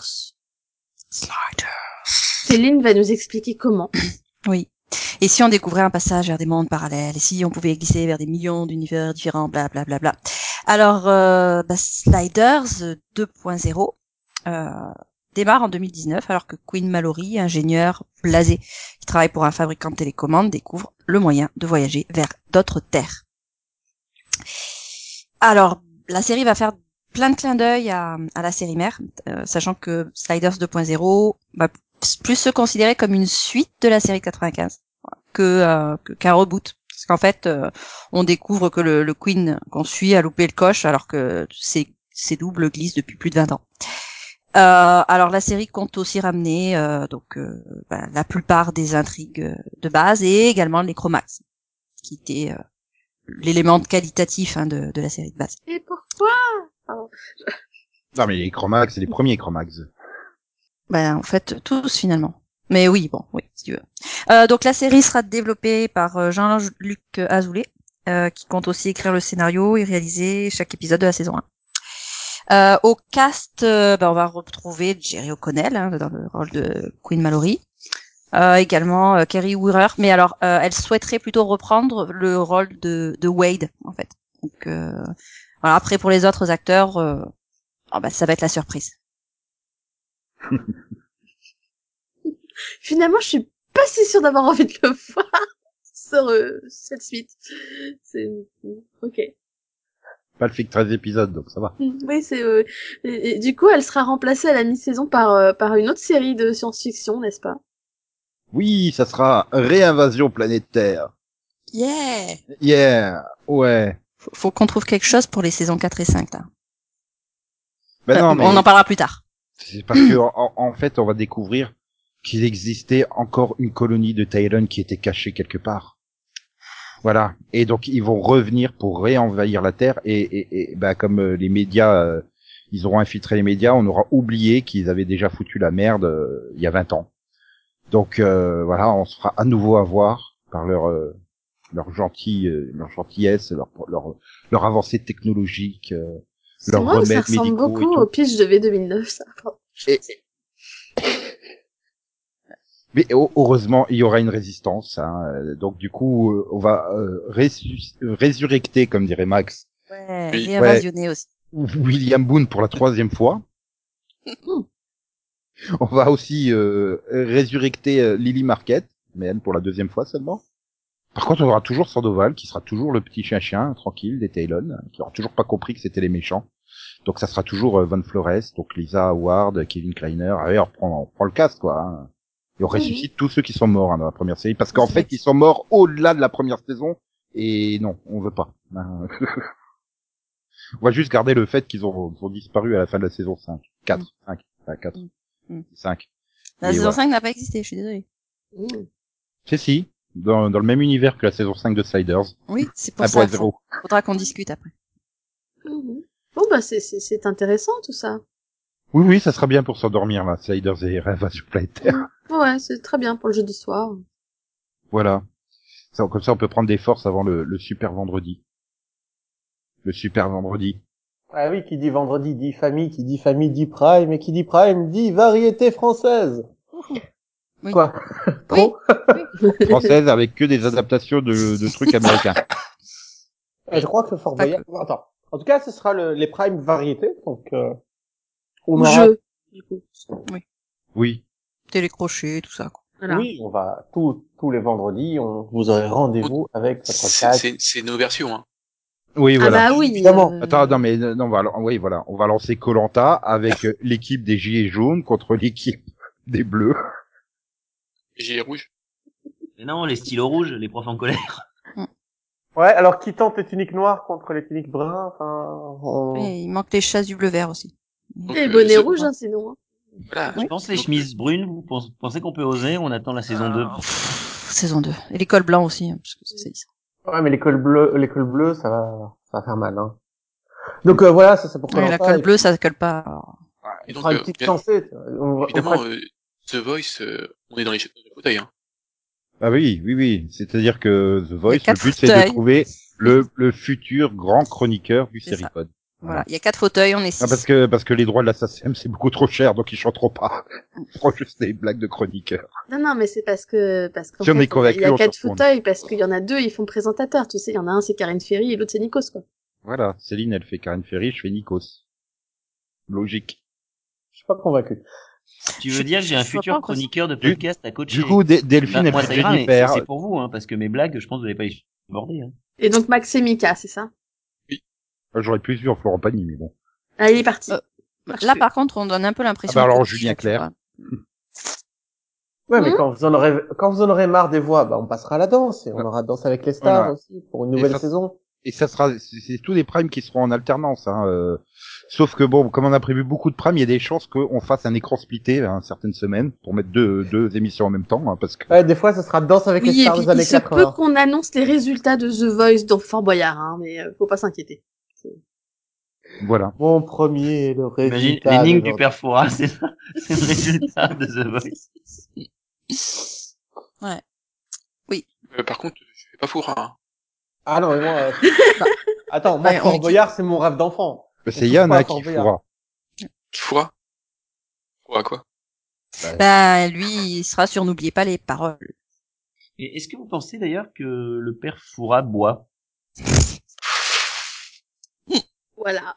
Céline va nous expliquer comment. Oui. Et si on découvrait un passage vers des mondes parallèles, et si on pouvait glisser vers des millions d'univers différents, bla bla bla bla. Alors, Sliders 2.0 démarre en 2019, alors que Quinn Mallory, ingénieur blasé qui travaille pour un fabricant de télécommandes, découvre le moyen de voyager vers d'autres terres. Alors, la série va faire plein de clins d'œil à la série mère, sachant que Sliders 2.0 va plus se considérer comme une suite de la série de 95 qu'un reboot. Parce qu'en fait, on découvre que le Queen qu'on suit a loupé le coche alors que ses doubles glissent depuis plus de 20 ans. Alors la série compte aussi ramener la plupart des intrigues de base et également les chromax, qui était l'élément qualitatif de la série de base. Et pourquoi? Pardon. Non, mais les Chromax, c'est les premiers Chromax. En fait, tous finalement. Mais oui, bon, oui, si tu veux. Donc la série sera développée par Jean-Luc Azoulay, qui compte aussi écrire le scénario et réaliser chaque épisode de la saison 1. Au cast, on va retrouver Jerry O'Connell dans le rôle de Quinn Mallory, Également Kerry Wheeler, mais alors elle souhaiterait plutôt reprendre le rôle de Wade en fait. Donc voilà, après pour les autres acteurs, ça va être la surprise. Finalement, je suis pas si sûre d'avoir envie de le voir sur cette suite. C'est ok. Pas le fait que 13 épisodes, donc ça va. Oui, c'est et du coup, elle sera remplacée à la mi-saison par une autre série de science-fiction, n'est-ce pas? Oui, ça sera Réinvasion planétaire. Yeah. Yeah, ouais. Faut qu'on trouve quelque chose pour les saisons 4 et 5 là. Ben non, mais On en parlera plus tard. c'est parce que en fait, on va découvrir qu'il existait encore une colonie de Talon qui était cachée quelque part. Voilà. Et donc ils vont revenir pour réenvahir la Terre et comme les médias, ils auront infiltré les médias, on aura oublié qu'ils avaient déjà foutu la merde il y a 20 ans. Donc voilà, on se fera à nouveau avoir par leur gentillesse, leur avancée technologique, C'est leurs moi ou ça remèdes ressemble médicaux beaucoup et au tout. pitch de V 2009, ça. Mais heureusement, il y aura une résistance. Donc du coup, on va résurrecter, comme dirait Max, Ouais, Oui. réinvasionner aussi. William Boone pour la 3e fois. On va aussi résurrecter Lily Marquette, mais elle pour la 2e fois seulement. Par contre, on aura toujours Sandoval, qui sera toujours le petit chien tranquille des Talon, qui aura toujours pas compris que c'était les méchants. Donc ça sera toujours Von Flores, donc Lisa Howard, Kevin Kleiner. Allez, on prend le cast, quoi. Hein. Et on ressuscite tous ceux qui sont morts dans la première série, parce qu'en C'est vrai fait, ils sont morts au-delà de la première saison. Et non, on veut pas. Hein. On va juste garder le fait qu'ils ont disparu à la fin de la saison 5. 4. 5. 4. 5. La Et saison voilà. 5 n'a pas existé, je suis désolée. Si. Dans le même univers que la saison 5 de Sliders. Oui, c'est pour ça. 1.0. Faudra qu'on discute après. Bon, bah, c'est intéressant, tout ça. Oui, ça sera bien pour s'endormir, là. Sliders et Invasion planétaire. Ouais, c'est très bien pour le jeudi soir. Voilà. Comme ça, on peut prendre des forces avant le super vendredi. Le super vendredi. Ah oui, qui dit vendredi dit famille dit prime, et qui dit prime dit variété française. Oui. Quoi? Oui. Trop? Française avec que des adaptations de trucs américains. Je crois que Fort Pas Boyard... Attends. En tout cas, ce sera les primes variétés, donc on Ou aura... jeu, du coup. Oui. Télécrochet, tout ça, quoi. Voilà. Oui, on va tous les vendredis, vous aurez rendez-vous avec votre C'est nos versions, hein. Oui, Ah voilà. bah oui. Évidemment. Attends, non, mais non, oui, voilà. On va lancer Koh-Lanta avec l'équipe des Gilets jaunes contre l'équipe des Bleus. Gilet rouge. Mais non, les stylos rouges, les profs en colère. Ouais, alors qui tente les tuniques noires contre les tuniques bruns, enfin... Et il manque les chasses du bleu vert aussi. Donc, Et bonnet The- rouge, hein, sinon. Hein. Voilà. Je pense les Donc, chemises brunes, vous pensez qu'on peut oser, on attend la saison 2. Saison 2. Et l'école blanc aussi, hein, parce que c'est ça. Ouais, mais l'école bleue, ça va faire mal, hein. Donc voilà, ça c'est pour Ouais, la Koh-Lanta. colle bleue, ça colle pas. et On donc, fera une petite lancée. On évidemment, fera... The Voice, on est dans les fauteuils, hein. Ah oui. C'est-à-dire que The Il y a Voice, le 4 but, c'est de fauteuils. trouver le futur grand chroniqueur du C'est ça. Seripod. Voilà. Il y a 4 fauteuils, on est 6. Parce que les droits de la SACEM, c'est beaucoup trop cher, donc ils chanteront pas. Ils feront juste des blagues de chroniqueurs. Non, mais c'est parce qu'en Si on est fait, il convaincu, y a on 4 se retourne. fauteuils, parce qu'il y en a 2, ils font présentateur, tu sais. Il y en a un, c'est Karine Ferry, et l'autre, c'est Nikos, quoi. Voilà. Céline, elle fait Karen Ferry, je fais Nikos. Logique. Je suis pas convaincu. Tu veux dire, j'ai un je vois futur pas en quoi ça- chroniqueur de podcast à coacher. Du coup, Delphine, Bah, elle moi, fait ça ira, mais Jennifer. c'est pour vous, hein, parce que mes blagues, je pense que vous n'allez pas les aborder. Hein. Et donc, Max et Mika, c'est ça? J'aurais pu suivre Florent Pagny, mais bon. Ah, il est parti. Là, par contre, on donne un peu l'impression Ah bah alors, de Julien tu vois. Clerc. Ouais, mais quand vous en aurez marre des voix, bah on passera à la danse et on Ouais. aura Danse avec les stars Voilà. aussi pour une nouvelle ça- saison. Et ça sera, c'est tous des primes qui seront en alternance, hein. Sauf que bon, comme on a prévu beaucoup de primes, il y a des chances qu'on fasse un écran splitté, hein, certaines semaines, pour mettre deux émissions en même temps, hein, parce que. Ouais, des fois, ce sera Danse avec les Oui, et stars puis des années il se 80. peut qu'on annonce les résultats de The Voice dans Fort Boyard, hein, mais faut pas s'inquiéter. Voilà. Mon premier, le Imagine résultat. l'énigme du d'aujourd'hui. père Fouras, c'est ça. C'est le résultat de The Voice. Ouais. Par contre, je fais pas fourra, hein. Ah non, mais moi... Attends, moi, Ouais, on Fort est- Boyard, c'est mon rêve d'enfant. C'est touche Yann, pas à hein, Fort qui Boyard. fera. Fourra? Fourra quoi? Bah, lui, il sera sur N'oubliez pas les paroles. Et est-ce que vous pensez d'ailleurs que le père Foura boit? Voilà.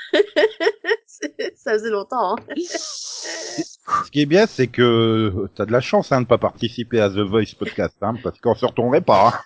Ça faisait longtemps. Hein. Ce qui est bien, c'est que t'as de la chance de pas participer à The Voice podcast, parce qu'on se retournerait pas.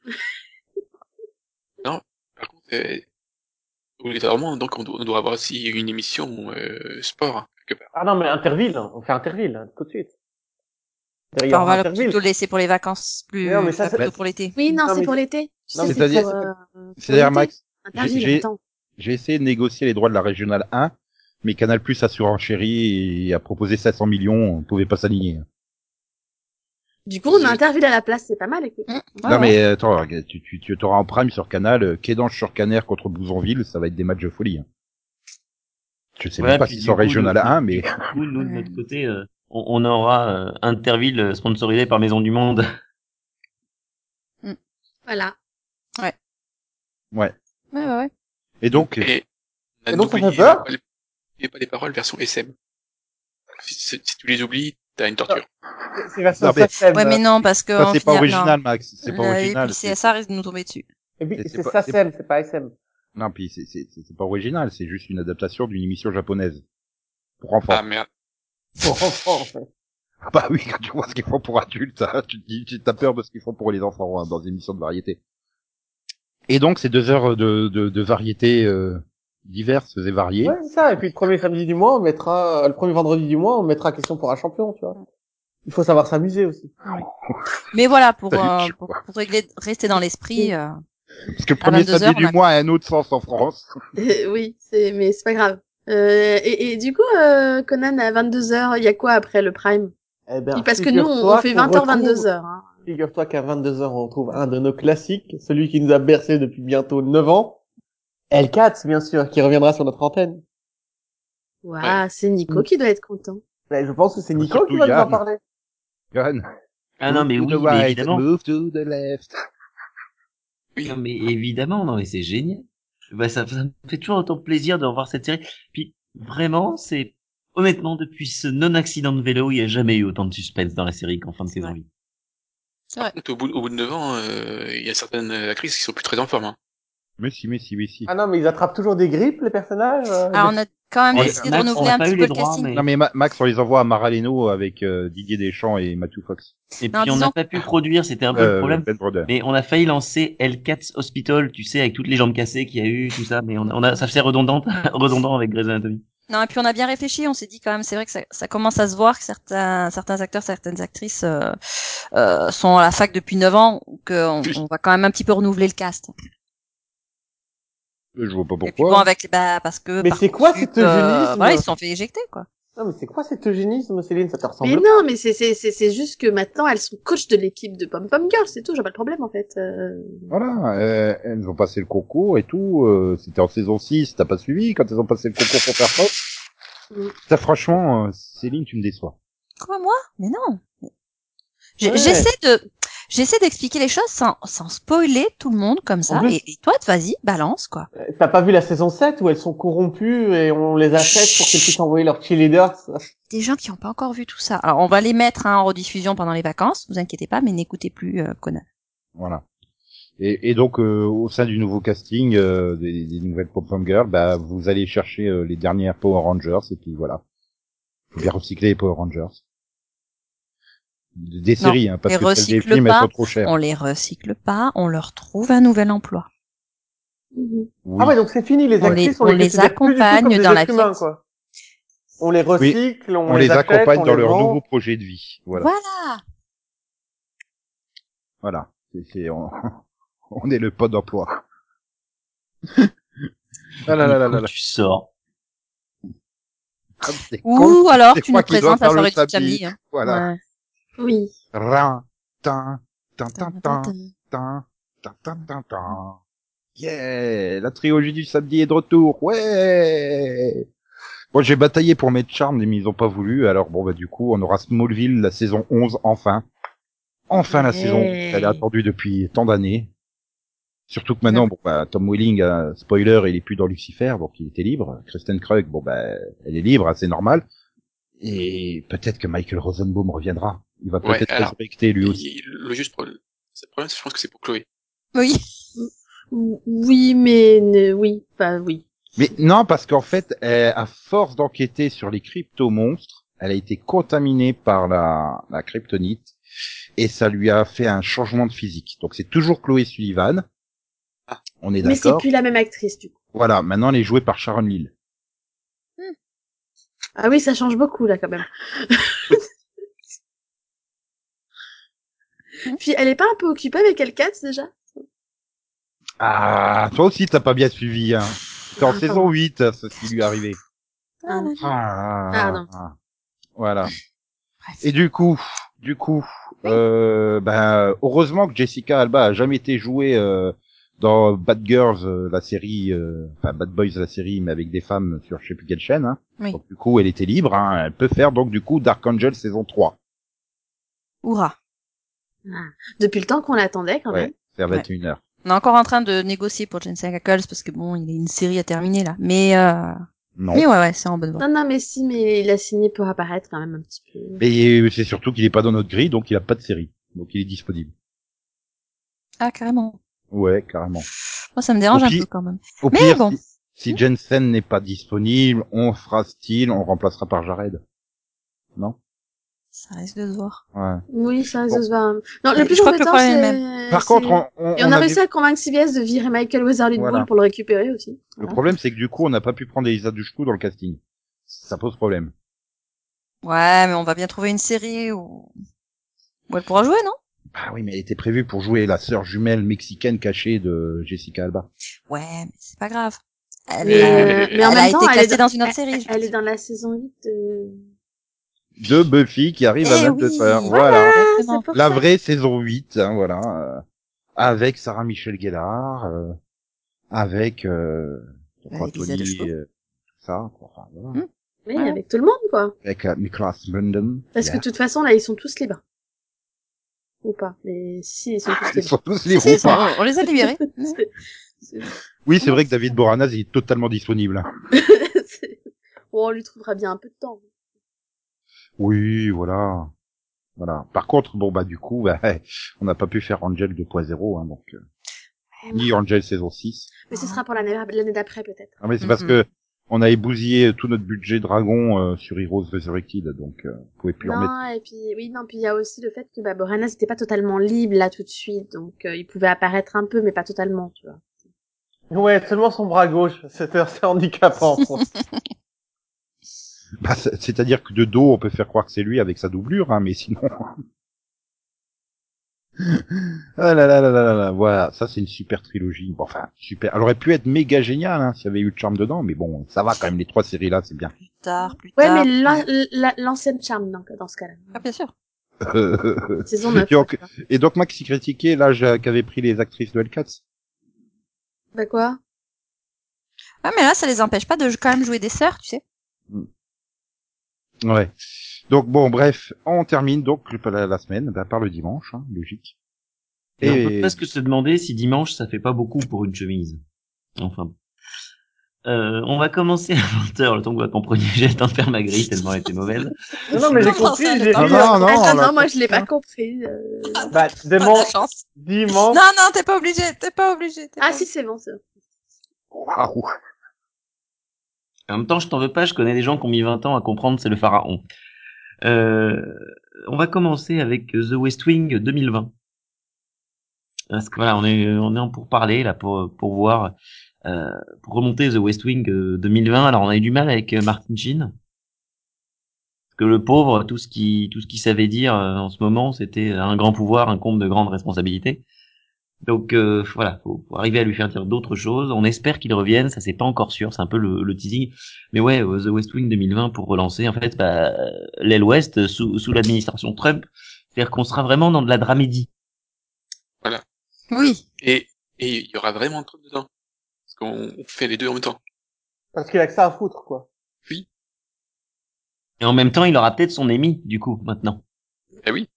Non, par contre, obligatoirement, donc on doit avoir aussi une émission sport, hein, quelque part. Ah non, mais Interville, on fait Interville, tout de suite. Il y Enfin, on aura va Interville. plutôt le laisser pour les vacances, plus Non, mais ça, plutôt c'est- pour l'été. Oui, non, Non, c'est mais- pour l'été. Tu Non, sais, mais c'est c'est-à-dire- pour C'est-à-dire, l'été. Max, Interville, attends. j'ai essayé de négocier les droits de la régionale 1, mais Canal Plus a surenchéri et a proposé 500 millions, on pouvait pas s'aligner. Du coup, on a Interville à la place, c'est pas mal, écoute. Non mais attends, tu t'auras en prime sur Canal, Kédange sur Caner contre Bouzonville, ça va être des matchs de folie. Je sais même pas Puis s'ils du sont coup, régional 1, mais... Du coup, nous, de notre côté, on aura Interville sponsorisé par Maison du Monde. Voilà. Ouais. Ouais. Et donc, Et donc, ça fait n'oubliez peur pas les paroles version SM. Si tu les oublies, t'as une torture. C'est version Non, mais- SACEM. Ouais, mais non, parce que ça on c'est pas finira- original, Max, c'est pas non. original. Et puis CSA risque de nous tomber dessus. Et puis, c'est c'est pas- SACEM, c'est pas SM. Non, puis c'est pas original, c'est juste une adaptation d'une émission japonaise. Pour enfants. Ah merde. Pour enfants, en fait. Ah bah oui, quand tu vois ce qu'ils font pour adultes, hein, tu te dis, t'as peur de ce qu'ils font pour les enfants, dans des émissions de variété. Et donc, c'est 2 heures de variétés, diverses et variées. Ouais, c'est ça. Et puis, le premier samedi du mois, le premier vendredi du mois, on mettra question pour un champion, tu vois. Il faut savoir s'amuser aussi. Mais voilà, pour Salut, rester dans l'esprit. Parce que le à premier 22 samedi heures, du on a- mois a un autre sens en France. Oui, mais c'est pas grave. Et du coup, Conan, à 22h, il y a quoi après le prime? Eh ben, Parce que nous, on fait 20h, 22h. Hein. Figure-toi qu'à 22h, on retrouve un de nos classiques, celui qui nous a bercé depuis bientôt 9 ans. L4, bien sûr, qui reviendra sur notre antenne. Ouah, c'est Nico qui doit être content. Mais je pense que c'est Nico Surtout qui va nous en Yann. parler. Yann. Ah non, mais Move to oui, the mais right, évidemment. Move to the left. Oui. Non, mais évidemment, non, mais c'est génial. Bah, ça me fait toujours autant plaisir de revoir cette série. Puis, vraiment, honnêtement, depuis ce non-accident de vélo, il n'y a jamais eu autant de suspense dans la série qu'en fin de saison 8. Par contre, au bout de 9 ans, il y a certaines actrices qui sont plus très en forme. Hein. Mais si. Ah non, mais ils attrapent toujours des grippes, les personnages. Alors, on a quand même On- décidé de Max, renouveler on a un pas petit eu peu les le droits, casting. mais- Non mais Max, on les envoie à Maraleno avec Didier Deschamps et Matthew Fox. Et Non, puis, on disons- n'a pas pu produire, c'était un peu le problème. Ben Broder. Mais on a failli lancer L4 Hospital, tu sais, avec toutes les jambes cassées qu'il y a eu, tout ça, mais ça faisait redondant avec Grey's Anatomy. Non, et puis on a bien réfléchi, on s'est dit quand même, c'est vrai que ça commence à se voir que certains acteurs, certaines actrices sont à la fac depuis 9 ans, on va quand même un petit peu renouveler le cast. Je vois pas Et puis pourquoi. bon, parce que Mais c'est quoi cet eugénisme voilà, ils se sont fait éjecter, quoi. Non, mais c'est quoi cet eugénisme, Céline? Ça te ressemble Mais pas? non, mais c'est juste que maintenant, elles sont coach de l'équipe de Pom Pom Girl, c'est tout, j'ai pas le problème, en fait. Voilà, elles ont passé le concours et tout. C'était en saison 6, t'as pas suivi quand elles ont passé le concours pour faire quoi. Mm. Ça, franchement, Céline, tu me déçois. Quoi, moi? Mais non. Ouais. J'essaie d'expliquer les choses sans spoiler tout le monde comme ça. En plus- Et toi, vas-y, balance, quoi. T'as pas vu la saison 7 où elles sont corrompues et on les achète pour qu'elles puissent envoyer leurs cheerleaders? Des gens qui n'ont pas encore vu tout ça. Alors, on va les mettre en rediffusion pendant les vacances, vous inquiétez pas, mais n'écoutez plus Conan. Voilà. Et donc, au sein du nouveau casting des nouvelles Pom-Pom Girls, bah, vous allez chercher les dernières Power Rangers et puis voilà. Faut bien recycler les Power Rangers. Des séries, hein, parce les que celles des recycle films, elles pas, sont trop chères. on les recycle pas, on leur trouve un nouvel emploi. Mhm. Oui. Ah ouais, donc c'est fini, les On actrices, les- on les on les considère plus du tout accompagne comme des dans la êtres humains, vie. quoi. On les recycle, on les achète, accompagne on dans les leur vend. nouveau projet de vie. Voilà. Voilà. On est le pod d'emploi. Ah là là là là là. Tu sors. Ah, c'est con. Ou alors, c'est tu moi nous qui dois présentes la faire le soirée du samedi. samedi. Hein. Voilà. Ouais. Oui. Rin, tin, tin, tin, tin, tin, tin, tin, tin, tin. Yeah! La trilogie du samedi est de retour. Ouais! Bon, j'ai bataillé pour mettre Charmed, mais ils ont pas voulu. Alors bon, bah, du coup, on aura Smallville, la saison 11, enfin. Enfin, la saison 11. Elle est attendue depuis tant d'années. Surtout que maintenant, bon, bah, Tom Welling, spoiler, il est plus dans Lucifer, donc il était libre. Kristen Krug, bon, bah, elle est libre, hein, c'est normal. Et peut-être que Michael Rosenbaum reviendra. Il va Ouais, peut-être alors, respecter lui aussi. Le juste problème, je pense que c'est pour Chloé. Oui. Oui, mais oui, bah oui. Mais non, parce qu'en fait, à force d'enquêter sur les crypto-monstres, elle a été contaminée par la kryptonite et ça lui a fait un changement de physique. Donc c'est toujours Chloé Sullivan. Ah. On est Mais c'est d'accord. plus la même actrice, du coup. Voilà, maintenant elle est jouée par Sharon Lill. Ah oui, ça change beaucoup, là, quand même. Puis, elle est pas un peu occupée avec Hellcat, déjà? Ah, toi aussi t'as pas bien suivi, hein. C'est en saison 8, ce qui lui est arrivé. Ah. Ah, Pardon. voilà. Bref. Et du coup, heureusement que Jessica Alba a jamais été jouée dans Bad Girls, la série, enfin Bad Boys, la série, mais avec des femmes sur je sais plus quelle chaîne. Hein. Oui. Donc du coup, elle était libre. Hein. Elle peut faire donc du coup Dark Angel saison 3. Hurrah. Depuis le temps qu'on l'attendait, quand même. Ouais, c'est à 21h. On est encore en train de négocier pour Jensen Ackles parce que bon, il y a une série à terminer là. Mais Non. ouais, c'est en bonne voie. Non, mais si, mais il a signé pour apparaître, quand même, un petit peu. Mais c'est surtout qu'il est pas dans notre grille, donc il a pas de série. Donc il est disponible. Ah, carrément. Ouais, carrément. Moi, ça me dérange Au un pi- peu quand même. Au Mais pire, bon. si Jensen n'est pas disponible, on fera style, on remplacera par Jared. Non? Ça risque de se voir. Ouais. Oui, ça reste Bon. de se voir. Non, Et le plus je crois que le embêtant, problème est c'est... Par contre, Et on a réussi à convaincre CBS de virer Michael Weatherly Voilà. Bull pour le récupérer aussi. Le Voilà. problème, c'est que du coup, on n'a pas pu prendre Elisa Dushku dans le casting. Ça pose problème. Ouais, mais on va bien trouver une série où elle pourra jouer, non? Ah oui, mais elle était prévue pour jouer la sœur jumelle mexicaine cachée de Jessica Alba. Ouais, mais c'est pas grave. Elle, Mais, a, mais en elle a même temps, été elle est castée dans une autre série. elle est dans la saison 8 de... De Buffy qui arrive à Eh mettre le oui. sœur. Voilà. Exactement. c'est pour La ça. vraie saison 8, hein, voilà. Avec Sarah Michelle Gellar, avec Elisa Tony, Dushku. tout ça. Enfin, voilà. Oui, Ouais. avec tout le monde, quoi. Avec Nicholas Brandon. Parce que de toute façon, là, ils sont tous libres. Ou pas. Mais si, ils sont tous Ils libres. sont tous Si, les si, pas. on les a libérés. C'est- Oui, c'est vrai que David Boreanaz il est totalement disponible. Bon, on lui trouvera bien un peu de temps. Oui, voilà. Voilà. Par contre, bon, bah, du coup, bah, on n'a pas pu faire Angel 2.0, hein, donc, ni Angel saison 6. Mais ce sera pour l'année d'après, peut-être. Ah, mais c'est parce que on a ébousillé tout notre budget dragon sur Heroes Resurrected, donc, on pouvait plus en mettre. Non, et puis, oui, non, puis il y a aussi le fait que, bah, Boreanaz n'était pas totalement libre, là, tout de suite. Donc, il pouvait apparaître un peu, mais pas totalement, tu vois. Ouais, seulement son bras gauche. C'était assez handicapant. Bah, c'est-à-dire que de dos, on peut faire croire que c'est lui avec sa doublure, hein, mais sinon. Ah là là là là là là, voilà, ça c'est une super trilogie. Bon, enfin, super. Elle aurait pu être méga géniale, hein, s'il y avait eu le charme dedans, mais bon, ça va quand même, les 3 séries là, c'est bien. Plus tard. Ouais, mais l'ancienne charme, donc, dans ce cas-là. Ah, bien sûr. Saison 9. Et donc Maxi critiquait l'âge qu'avaient pris les actrices de Hellcats. Bah quoi? Ah, mais là, ça les empêche pas de quand même jouer des sœurs, tu sais. Ouais. Donc bon, bref, on termine donc la semaine par le dimanche, hein, logique. Et on peut presque se demander si dimanche ça fait pas beaucoup pour une chemise. Enfin. On va commencer à 20h, le temps que vous compreniez, j'ai le temps de faire ma grille tellement elle était mauvaise. Non, mais j'ai Comment compris, ça, j'ai le ri. Non, non, Attends, on l'a non, moi je l'ai compris, pas hein. compris. Bah, Pas de la chance. dimanche. Non, t'es pas obligé, Ah si, c'est bon, c'est bon. Waouh. En même temps, je t'en veux pas, je connais des gens qui ont mis 20 ans à comprendre c'est le pharaon. On va commencer avec The West Wing 2020. Parce que voilà, on est en pour parler là pour voir pour remonter The West Wing 2020. Alors on a eu du mal avec Martin Sheen. Parce que le pauvre, tout ce qu'il savait dire en ce moment, c'était un grand pouvoir, un comble de grandes responsabilités. Donc voilà, faut arriver à lui faire dire d'autres choses. On espère qu'il revienne, ça c'est pas encore sûr, c'est un peu le teasing. Mais ouais, The West Wing 2020 pour relancer en fait l'aile ouest sous l'administration Trump, c'est-à-dire qu'on sera vraiment dans de la dramédie. Voilà. Oui. Et il y aura vraiment un truc dedans. Parce qu'on fait les deux en même temps. Parce qu'il a que ça à foutre, quoi. Oui. Et en même temps, il aura peut-être son Emmy du coup maintenant. Eh oui.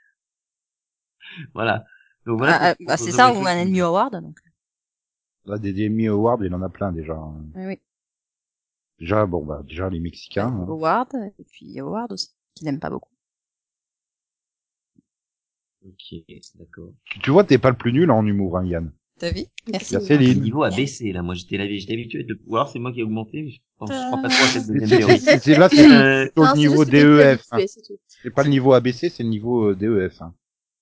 Voilà. Donc voilà. C'est ça ou un Emmy Award donc. Là, des Emmy Awards, il en a plein déjà. Oui. Déjà les Mexicains. Hein. Howard, et puis Howard aussi, qu'il n'aime pas beaucoup. Ok, d'accord. Tu vois, t'es pas le plus nul en humour, hein, Yann. T'as vu? Merci. La Le Céline. niveau a baissé, là. Moi, j'étais habitué de pouvoir, c'est moi qui ai augmenté, mais je crois pas trop à cette deuxième théorie. Là, c'est Euh, plutôt Non, le c'est niveau juste que t'es plus DEF. Hein. habitué, c'est tout. C'est pas le niveau ABC, c'est le niveau DEF. Hein.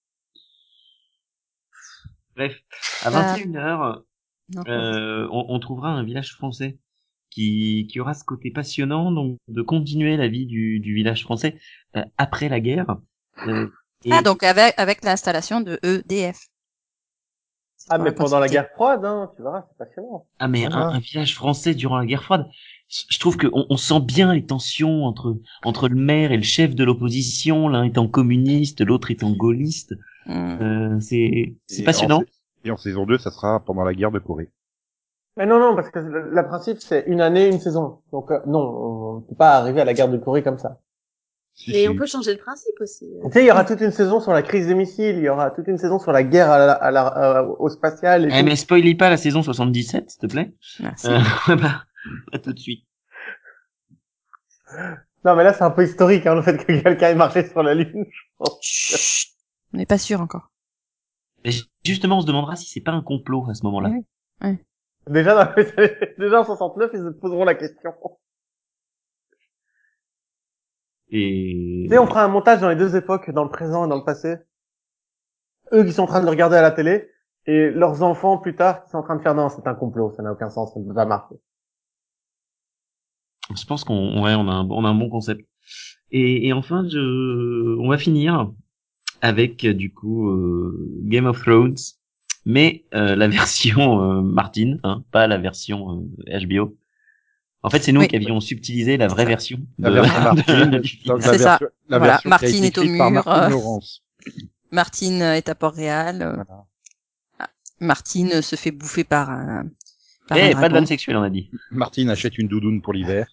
bref, à 21h, Non. on trouvera un village français qui aura ce côté passionnant, donc de continuer la vie du village français après la guerre. Et Donc avec l'installation de EDF. C'est Ah, pour mais pendant la continuité. guerre froide, hein, tu verras, c'est passionnant. Ah mais Voilà. un village français durant la guerre froide, je trouve que on sent bien les tensions entre le maire et le chef de l'opposition, l'un étant communiste, l'autre étant gaulliste. C'est Et passionnant. Et en saison 2, ça sera pendant la guerre de Corée. Mais non, parce que le principe, c'est une année, une saison. Donc, non, on peut pas arriver à la guerre de Corée comme ça. Si, Mais si. on peut changer le principe aussi. Tu sais, il y aura toute une saison sur la crise des missiles, il y aura toute une saison sur la guerre au spatial et Eh, tout. mais spoilie pas la saison 77, s'il te plaît. Merci. Pas tout de suite. Non, mais là, c'est un peu historique, hein, le fait que quelqu'un ait marché sur la Lune, je pense. Chut. On n'est pas sûr encore. Mais justement, on se demandera si c'est pas un complot à ce moment-là. Oui. Déjà, déjà en 69, ils se poseront la question. Et Tu sais, on fera un montage dans les deux époques, dans le présent et dans le passé. Eux qui sont en train de le regarder à la télé, et leurs enfants plus tard qui sont en train de faire non, c'est un complot, ça n'a aucun sens, ça ne peut pas marcher. je pense qu'on a un bon concept. Et enfin, on va finir avec du coup Game of Thrones, mais la version Martin, hein, pas la version HBO. En fait, c'est nous Oui. qui avions subtilisé la vraie Ça. version. La version Martine. du film. Donc C'est ça. la Voilà, version Martine qui a été est au écrite par mur, Martine Laurence. Martine est à Port-Réal. Voilà. Martine se fait bouffer par un Eh, pas de dragon. vanne sexuelle, on a dit. Martine achète une doudoune pour l'hiver.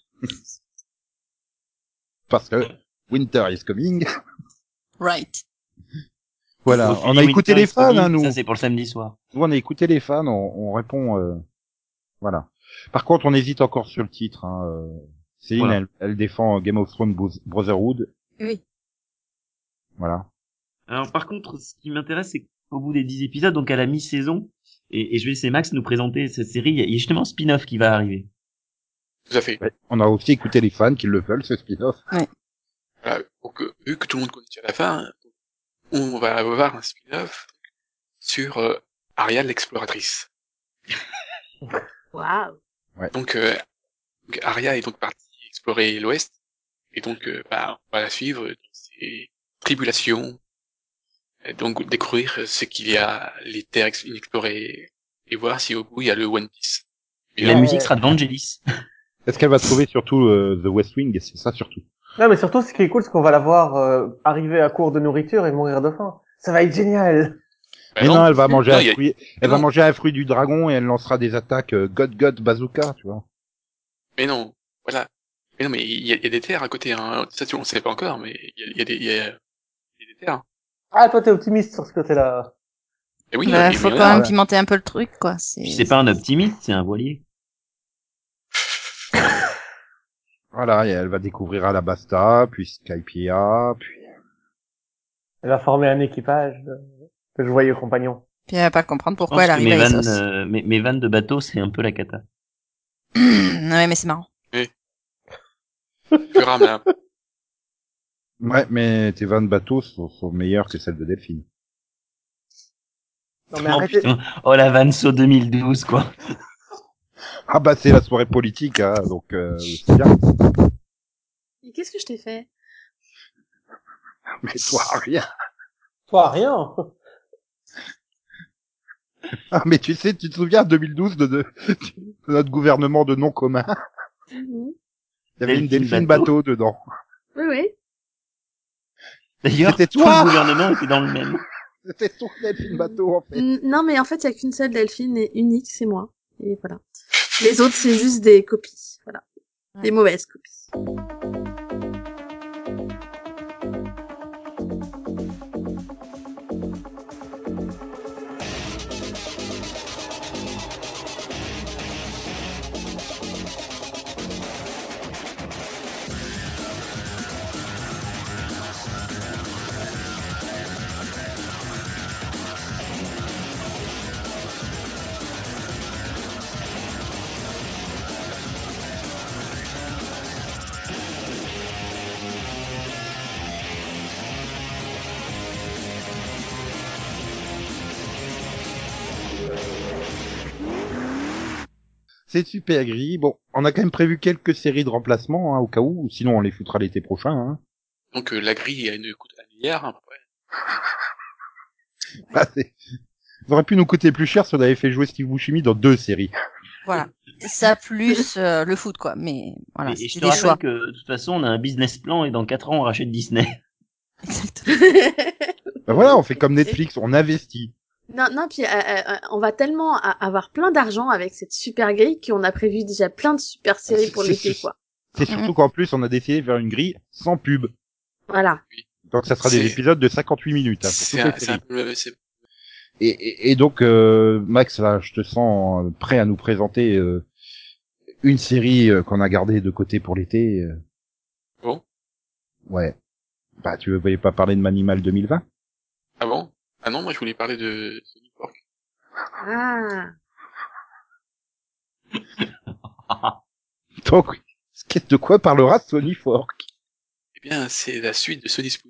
Parce que winter is coming. Right. Voilà. Ophélie On a écouté Winter les is fans, coming, hein, nous. Ça, c'est pour le samedi soir. Nous, on a écouté les fans, on répond, voilà. Par contre, on hésite encore sur le titre, hein. Céline, Voilà. elle défend Game of Thrones Brotherhood. Oui. Voilà. Alors, par contre, ce qui m'intéresse, c'est qu'au bout des 10 épisodes, donc à la mi-saison, et je vais laisser Max nous présenter cette série, il y a justement un spin-off qui va arriver. Tout à fait. Ouais. On a aussi écouté les fans qui le veulent, ce spin-off. Voilà. Donc, vu que tout le monde connaît à la fin, hein, on va avoir un spin-off sur Arya l'exploratrice. Waouh. Donc Arya est donc partie explorer l'Ouest, et donc on va la suivre dans ses tribulations, et donc découvrir ce qu'il y a, les terres inexplorées, et voir si au bout il y a le One Piece. Et la Ouais. musique sera de Vangelis. Est-ce qu'elle va trouver surtout The West Wing? C'est ça surtout. Non, mais surtout, ce qui est cool, c'est qu'on va la voir arriver à court de nourriture et mourir de faim. Ça va être génial. Mais non, elle va manger Non, un il y a- fruit. Elle non. va manger un fruit du dragon et elle lancera des attaques God Bazooka, tu vois. Mais non, voilà. Mais non, mais il y a des terres à côté, hein. Ça, on sait pas encore, mais il y a des terres. Ah, toi, t'es optimiste sur ce côté-là. Et oui, Bah, il y faut en a, quand même ouais. pimenter un peu le truc, quoi. Puis c'est pas un optimiste, c'est un voilier. Voilà, et elle va découvrir Alabasta, puis Skypiea, puis... Elle va former un équipage de joyeux compagnons. Puis elle va pas comprendre Je pourquoi pense elle que arrive mes à vannes, Essos. mes vannes de bateau, c'est un peu la cata. Ouais, mais c'est marrant. tu rames là. Ouais, mais tes vannes bateaux sont meilleures que celles de Delphine. Non, mais Oh arrêtez. putain, oh la vanne saut 2012, quoi. Ah bah c'est la soirée politique, hein, donc c'est bien. Et qu'est-ce que je t'ai fait? Mais toi, rien. Toi, rien. Ah mais tu sais, tu te souviens 2012 de notre gouvernement de nom commun? Mhm. Il y avait une Delphine Delphine Bateau. bateau dedans. Oui, oui. D'ailleurs, C'était tout toi le gouvernement était dans le même. C'était ton Delphine bateau en fait. Non, mais en fait, il y a qu'une seule Delphine et unique, c'est moi. Et voilà. Les autres, c'est juste des copies. Voilà. Des mauvaises copies. C'est super gris. Bon, on a quand même prévu quelques séries de remplacement, hein, au cas où, sinon on les foutra l'été prochain, hein. Donc la grille, elle nous coûte 1 milliard, hein, à peu près. Ah, ça aurait pu nous coûter plus cher si on avait fait jouer Steve Buscemi dans 2 séries. Voilà. Ça plus le foot, quoi. Mais voilà, Et je c'était te des rappelle choix. que de toute façon, on a un business plan et dans 4 ans, on rachète Disney. Exactement. Ben voilà, on fait comme Netflix, on investit. Non, puis on va tellement avoir plein d'argent avec cette super grille qu'on a prévu déjà plein de super séries pour l'été, quoi. C'est surtout qu'en plus, on a décidé de faire une grille sans pub. Voilà. Donc ça sera des C'est- épisodes de 58 minutes, hein, pour C'est toutes les un, c'est séries. un peu, c'est- Et donc, Max, là, je te sens prêt à nous présenter une série qu'on a gardée de côté pour l'été. Bon. Ouais. Bah, tu voulais pas parler de Manimal 2020? Ah bon? Ah non, moi je voulais parler de Sony Fork. Ah. Donc, de quoi parlera Sony Fork? Eh bien, c'est la suite de Sony Spoon.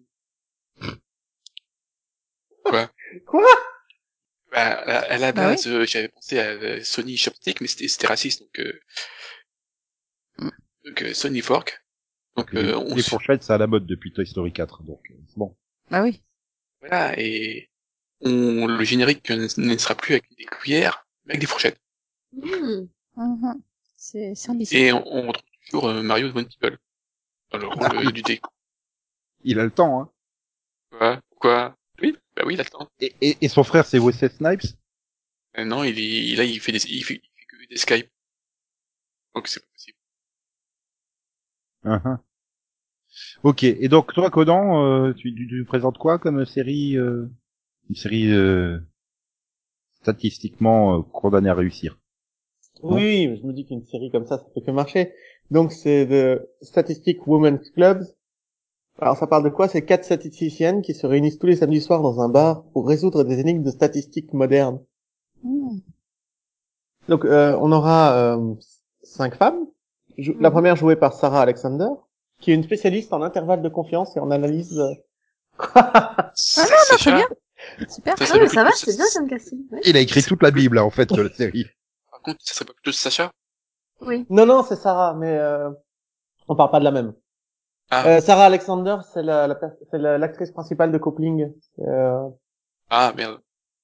Quoi? Quoi? Bah, à la Bah base, j'avais pensé à Sony Chopstick, mais c'était raciste, donc Sony Fork. Donc Les fourchettes, c'est à la mode depuis Toy Story 4, donc c'est bon. Bah oui. voilà, et le générique ne sera plus avec des cuillères, mais avec des fourchettes. Hmm. Mhm. C'est ambitieux. Et on retrouve toujours Mario Von Peebles dans le rôle du déco. Il a le temps, hein. Quoi? Oui, bah oui, il a le temps. Et son frère, c'est Wesley Snipes? Non, là, il fait que des Skype. Donc c'est pas possible. Uh-huh. Ok. Et donc, toi, Conan, tu présentes quoi comme série, une série statistiquement condamnée à réussir? Oui, je me dis qu'une série comme ça peut que marcher. Donc c'est de Statistic Women's Clubs. Alors ça parle de quoi? C'est 4 statisticiennes qui se réunissent tous les samedis soirs dans un bar pour résoudre des énigmes de statistiques modernes. Mmh. Donc on aura 5 femmes. La première jouée par Sarah Alexander, qui est une spécialiste en intervalle de confiance et en analyse. Ça, non, Sacha, très bien. Super. ça Ah serait ouais, pas ça va, plutôt c'est bien comme casting. Ouais. Il a écrit toute la Bible, là, en fait, sur la série. Par contre, ça serait pas plutôt Sacha? Oui. Non, c'est Sarah, mais on parle pas de la même. Ah, Sarah Alexander, c'est l'actrice principale de Coupling. merde.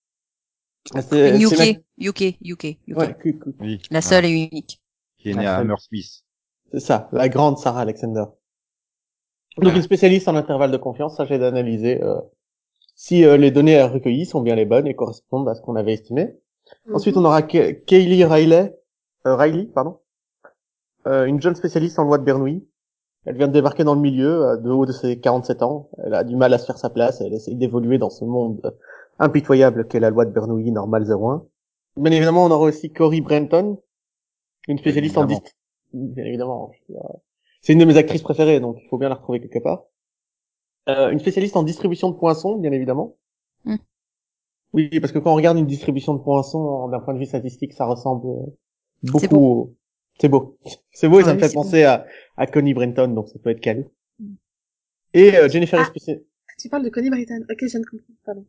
C'est une UK. Ouais, Oui. La seule et unique. Qui est né La à seule. Hammersmith. C'est ça, la grande Sarah Alexander. Donc une spécialiste en intervalle de confiance, chargée d'analyser si les données recueillies sont bien les bonnes et correspondent à ce qu'on avait estimé. Ensuite, on aura Kaylee Riley, pardon, une jeune spécialiste en loi de Bernoulli. Elle vient de débarquer dans le milieu, de haut de ses 47 ans. Elle a du mal à se faire sa place. Elle essaie d'évoluer dans ce monde impitoyable qu'est la loi de Bernoulli normale 01. Bien évidemment, on aura aussi Corey Brenton, une spécialiste en bien évidemment. C'est une de mes actrices préférées, donc il faut bien la retrouver quelque part. Une spécialiste en distribution de poissons, bien évidemment. Mm. Oui, parce que quand on regarde une distribution de poissons d'un point de vue statistique, ça ressemble beaucoup. C'est beau. C'est beau. C'est beau et ça Ouais, me fait c'est penser à Connie Brenton, donc ça peut être calé. Et Jennifer Tu parles de Connie Britton. Ok, je viens de comprendre. Pardon.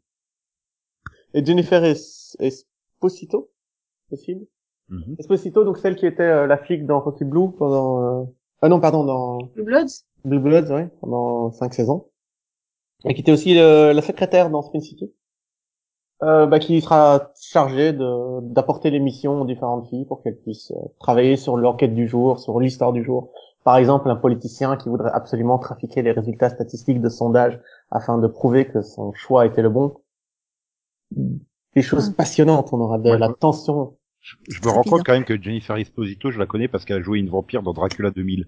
et Jennifer Esposito, possible. Mhm. Esposito, donc celle qui était la flic dans Rocky Blue pendant non, pardon, dans Blue Bloods? Blue Bloods, ouais, pendant 5 saisons. Et qui était aussi la secrétaire dans Spin City. Qui sera chargée d'apporter les missions aux différentes filles pour qu'elles puissent travailler sur l'enquête du jour, sur l'histoire du jour. Par exemple, un politicien qui voudrait absolument trafiquer les résultats statistiques de sondage afin de prouver que son choix était le bon. Des choses passionnantes, on aura de Ouais, la tension. Je me rends compte quand même que Jennifer Esposito, je la connais parce qu'elle a joué une vampire dans Dracula 2000.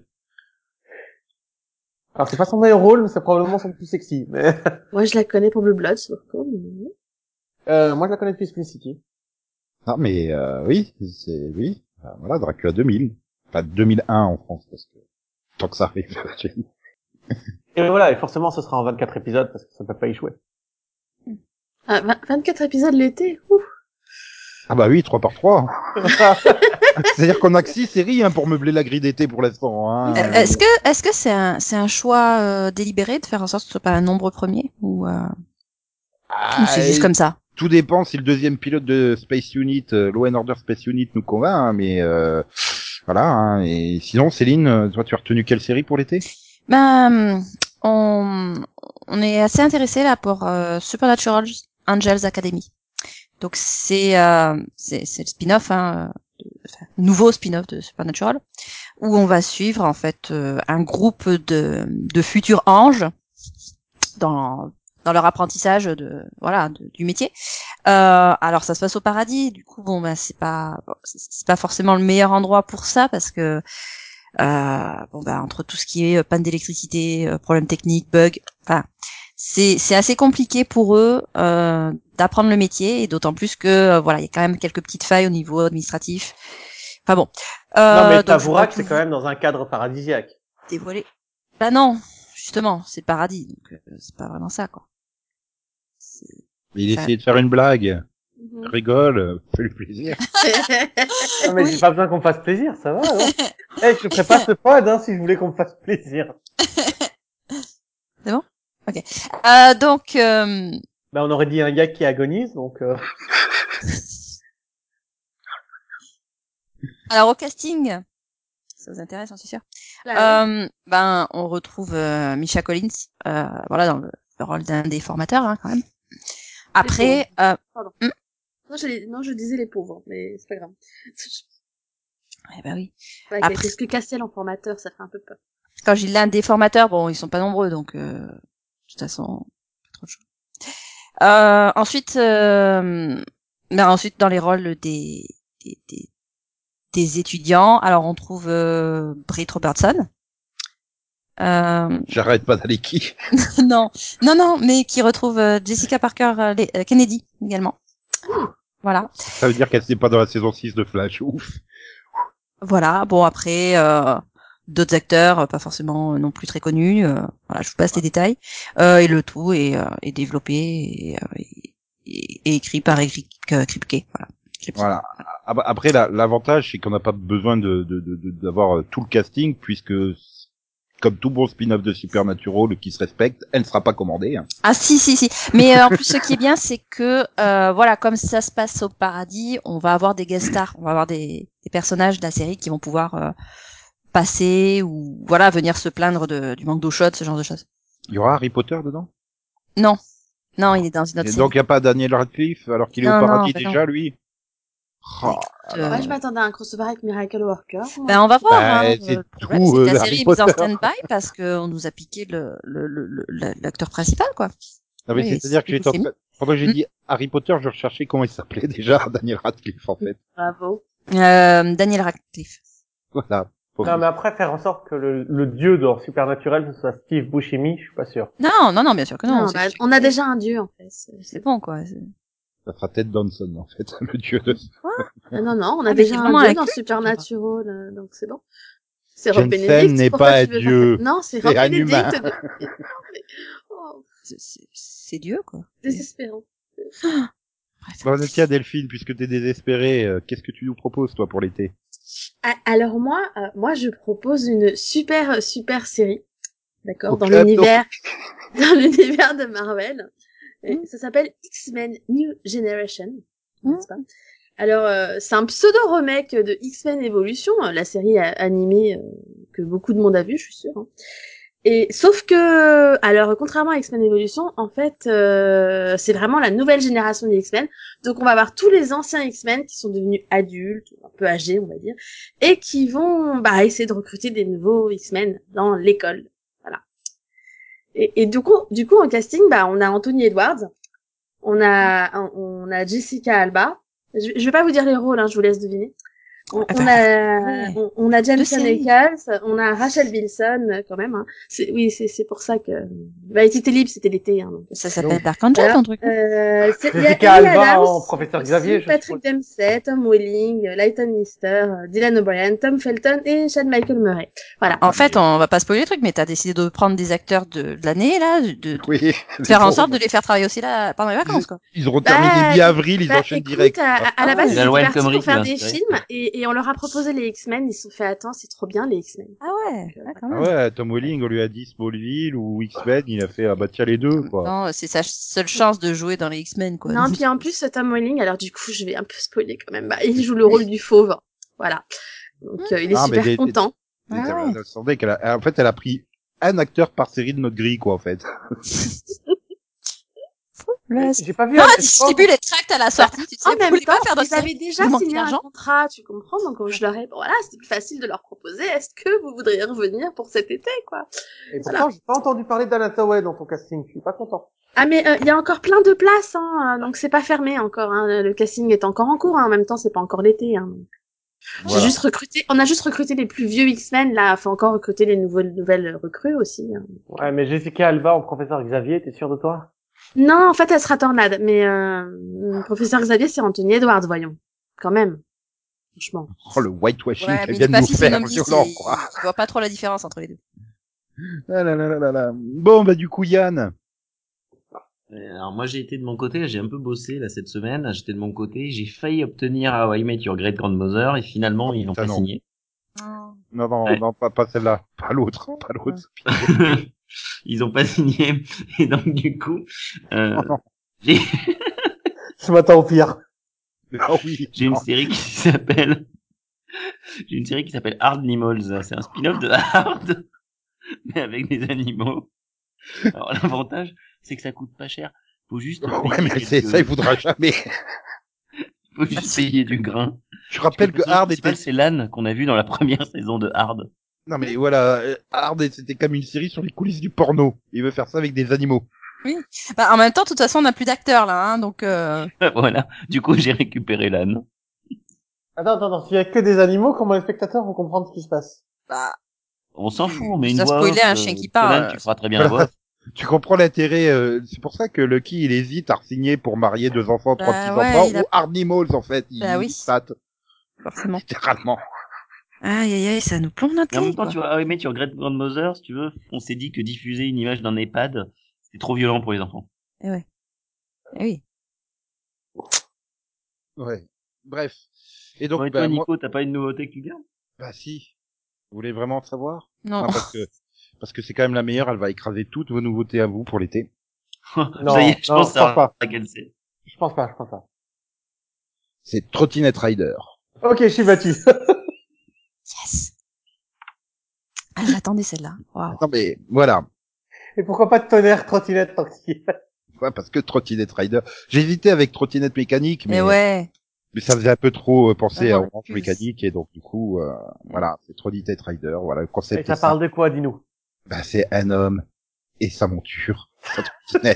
Alors c'est pas son meilleur rôle, mais c'est probablement son plus sexy. Mais Moi, je la connais pour Blue Bloods, surtout. moi je la connais depuis Spin City. Ah, mais oui, oui. Voilà, Dracula 2000. Enfin, 2001 en France, parce que tant que ça arrive. Et voilà, et forcément ce sera en 24 épisodes parce que ça peut pas y jouer. 24 épisodes l'été. Ouf. Ah bah oui, 3 par 3. C'est-à-dire qu'on a que 6 séries pour meubler la grille d'été pour l'instant. Hein. Est-ce que c'est un choix délibéré de faire en sorte que ce soit pas un nombre premier ou c'est juste comme ça? tout dépend si le deuxième pilote de Space Unit, Law and Order Space Unit nous convainc, hein, mais voilà. Hein, et sinon, Céline, toi, tu as retenu quelle série pour l'été? Ben, on est assez intéressé là pour Supernatural Angels Academy. Donc c'est le spin-off, nouveau spin-off de Supernatural, où on va suivre en fait un groupe de futurs anges dans leur apprentissage du métier. Alors ça se passe au paradis, du coup c'est pas forcément le meilleur endroit pour ça parce que entre tout ce qui est panne d'électricité, problèmes techniques, bugs, c'est assez compliqué pour eux d'apprendre le métier, et d'autant plus que il y a quand même quelques petites failles au niveau administratif. Enfin bon. Non, mais donc t'avoueras que c'est quand même dans un cadre paradisiaque. dévoilé. Bah non, justement, c'est le paradis, donc c'est pas vraiment ça, quoi. Il essayait de faire une blague. Mhm. Rigole, fais-lui plaisir. Non, mais Oui. j'ai pas besoin qu'on me fasse plaisir, ça va, non? Je ferais pas ce pod, si je voulais qu'on me fasse plaisir. C'est bon? Ok. Donc, On aurait dit un gars qui agonise, donc, alors au casting, ça vous intéresse, j'en suis sûre. Là, ouais. On retrouve Misha Collins, dans le rôle d'un des formateurs, hein, quand même. Après, Non, je disais les pauvres, mais c'est pas grave. oui. Ouais, Après- qu'est-ce que Cassel en formateur, ça fait un peu peur. Quand j'ai l'un des formateurs, ils sont pas nombreux, donc de toute façon, pas trop de choix. Ensuite, dans les rôles des étudiants, alors on trouve Britt Robertson. J'arrête pas d'aller qui. non, mais qui retrouve Jessica Parker Kennedy également. Voilà. Ça veut dire qu'elle n'était pas dans la saison 6 de Flash. Ouf. Voilà. Bon, après, d'autres acteurs, pas forcément non plus très connus. Je vous passe les détails. Et le tout est développé et écrit par Eric Kripke. Voilà. Voilà. Après, l'avantage, c'est qu'on n'a pas besoin d'avoir tout le casting, puisque comme tout bon spin-off de Supernatural qui se respecte, elle ne sera pas commandée. Hein. Ah si. Mais en plus, ce qui est bien, c'est que comme ça se passe au paradis, on va avoir des guest stars, on va avoir des personnages de la série qui vont pouvoir passer ou venir se plaindre du manque d'eau chaude, ce genre de choses. Il y aura Harry Potter dedans? Non, il est dans une autre Et série. donc il n'y a pas Daniel Radcliffe alors qu'il est au paradis déjà, lui. Écoute, Moi, je m'attendais à un crossover avec Miracle Worker. On va voir. C'est Le tout, problème, c'est que la Harry série est mise en Potter. stand-by parce qu'on nous a piqué l'acteur principal, quoi. Non, mais Oui, c'est-à-dire que Steve Buscemi. pendant que j'ai dit Harry Potter, je recherchais comment il s'appelait déjà, Daniel Radcliffe, en fait. Bravo. Daniel Radcliffe. Voilà. non, mais après, faire en sorte que le dieu dans Supernatural, ce soit Steve Buscemi, je suis pas sûr. Non, bien sûr que non. On a déjà un dieu, en fait. C'est bon, quoi. Ça sera Ted Danson, en fait, le dieu de... Non, on a mais déjà c'est un vraiment dieu un dans culte, Supernatural, donc c'est bon. C'est Rob Jensen Benedict. n'est pourquoi pas tu veux Dieu. faire- Non, c'est C'est Rob un Benedict. humain. Oh, C'est Dieu, quoi. désespérant. Bref. Bon, tiens, Delphine, puisque t'es désespérée, qu'est-ce que tu nous proposes, toi, pour l'été? Alors moi, je propose une super série, d'accord, Au dans plateau. l'univers de Marvel. Et ça s'appelle X-Men New Generation, n'est-ce pas? Alors, c'est un pseudo-remake de X-Men Evolution, la série animée que beaucoup de monde a vue, je suis sûre. Hein. Et sauf que, alors, contrairement à X-Men Evolution, en fait, c'est vraiment la nouvelle génération des X-Men. Donc, on va avoir tous les anciens X-Men qui sont devenus adultes, un peu âgés, on va dire, et qui vont essayer de recruter des nouveaux X-Men dans l'école. Voilà. Et du coup, en casting, on a Anthony Edwards, on a Jessica Alba. Je vais pas vous dire les rôles, je vous laisse deviner. On a Jensen Ackles, on a Rachel Bilson quand même. Hein. C'est pour ça que c'était libre, c'était l'été. Hein, donc. Ça s'appelle Dark Angel, ton truc. Jessica Alba en Professeur Xavier, je Patrick Dempsey, Tom Welling, Leighton Mister, Dylan O'Brien, Tom Felton et Chad Michael Murray. Voilà. En fait, on va pas spoiler le truc, mais t'as décidé de prendre des acteurs de l'année, là, Oui. de faire en sorte de les faire travailler aussi là pendant les vacances, quoi. Ils auront terminé mi-avril, ils enchaînent écoute, direct. à la base, C'est ils la étaient loi partis Montgomery pour faire qui va des inspirer. films, et et on leur a proposé les X-Men, ils se sont fait attends, c'est trop bien les X-Men. Ah ouais, quand Ah même. ouais, Tom Welling, on lui a dit Smallville ou X-Men, il a fait, ah bah tiens les deux, quoi. Non, c'est sa seule chance de jouer dans les X-Men, quoi. Non, puis en plus Tom Welling, alors du coup je vais un peu spoiler quand même, bah, il joue le rôle du fauve, voilà. Donc il est Ah, mais super content. Ouais. ça semblait en fait, elle a pris un acteur par série de notre grille, quoi, en fait. J'ai pas vu. Non, un- distribue les tracts à la sortie, tu sais. En vous même voulez temps, pas faire ils d'autres avaient séries déjà Vous manquez signé un d'argent contrat, tu comprends, donc je leur ai, bon, voilà, c'était plus facile de leur proposer, est-ce que vous voudriez revenir pour cet été, quoi. Et pourtant, j'ai pas entendu parler d'Anna Hathaway dans ton casting. Je suis pas content. Ah mais il y a encore plein de places, hein, donc c'est pas fermé encore. Hein, le casting est encore en cours. Hein, en même temps, c'est pas encore l'été. Hein. Voilà. On a juste recruté les plus vieux X-Men. Là, faut encore recruter les nouvelles recrues aussi. Hein. Ouais, mais Jessica Alba en professeur Xavier, t'es sûr de toi? Non, en fait, elle sera Tornade. Mais professeur Xavier, c'est Anthony Edwards, voyons. Quand même, franchement. Oh, le whitewashing Ouais, qu'elle mais il vient est de pas nous faire, physionomie, violent, il quoi. voit pas trop la différence entre les deux. Ah là là là là là. Bon, bah, du coup, Yann. Alors moi j'ai été de mon côté, j'ai un peu bossé là cette semaine, j'étais de mon côté, j'ai failli obtenir How I Met Your Great Grandmother et finalement ils l'ont Ça, pas non. signé. Non, Ouais. non, pas celle-là. Pas l'autre. Ils ont pas signé et donc du coup Oh non. j'ai Je m'attends au pire. Ah oui. j'ai une non. série qui s'appelle Hard Animals, c'est un spin-off de Hard mais avec des animaux. Alors l'avantage c'est que ça coûte pas cher, faut juste Ouais, payer mais ça, il voudra jamais. faut juste payer du grain. Je rappelle Le que personnage Hard principal, était... c'est l'âne qu'on a vu dans la première saison de Hard. Non, mais voilà, Hard, c'était comme une série sur les coulisses du porno. Il veut faire ça avec des animaux. Bah, en même temps, de toute façon, on n'a plus d'acteurs là, hein, donc. Voilà. Du coup, j'ai récupéré l'âne. Attends, s'il y a que des animaux, comment les spectateurs vont comprendre ce qui se passe? Bah, On s'en fout, on met tu une as voix spoilé off. un chien qui Conan, parle. tu feras très bien la voix Voilà. off. Tu comprends l'intérêt, c'est pour ça que Lucky, il hésite à signer pour marier 2 enfants, 3 Bah, petits-enfants, ouais, il a- ou Hard Animals, en fait. Bah oui. Il tâte, Forcément. littéralement. Aïe, aïe, aïe, ça nous plombe notre Mais en même grille, temps, quoi. tu vois, How I Met Your Great Grandmother, si tu veux, on s'est dit que diffuser une image d'un EHPAD, c'était trop violent pour les enfants. Eh ouais. Eh oui. Ouais. Bref. Et donc, Bon, et toi, bah, moi, Nico, t'as pas une nouveauté que tu gardes? bah si. Vous voulez vraiment savoir? Non. Parce que c'est quand même la meilleure, elle va écraser toutes vos nouveautés à vous pour l'été. Non, Ça y est, je non, pense je pense pas. à quelle c'est. Je pense pas. C'est Trottinette Rider. Ok, je suis battu. Yes. Ah, j'attendais celle-là. Waouh. Non mais, voilà. Et pourquoi pas de tonnerre, trottinette, tant qu'il y est. Ouais, parce que Trottinette Rider. J'hésitais avec Trottinette Mécanique, Eh ouais. mais ça faisait un peu trop penser à Vraiment, Orange plus. Mécanique, et donc du coup, voilà, c'est Trottinette Rider, voilà, le Et concept ça est ça. parle de quoi, dis-nous? Bah, c'est un homme et sa monture, sa trottinette,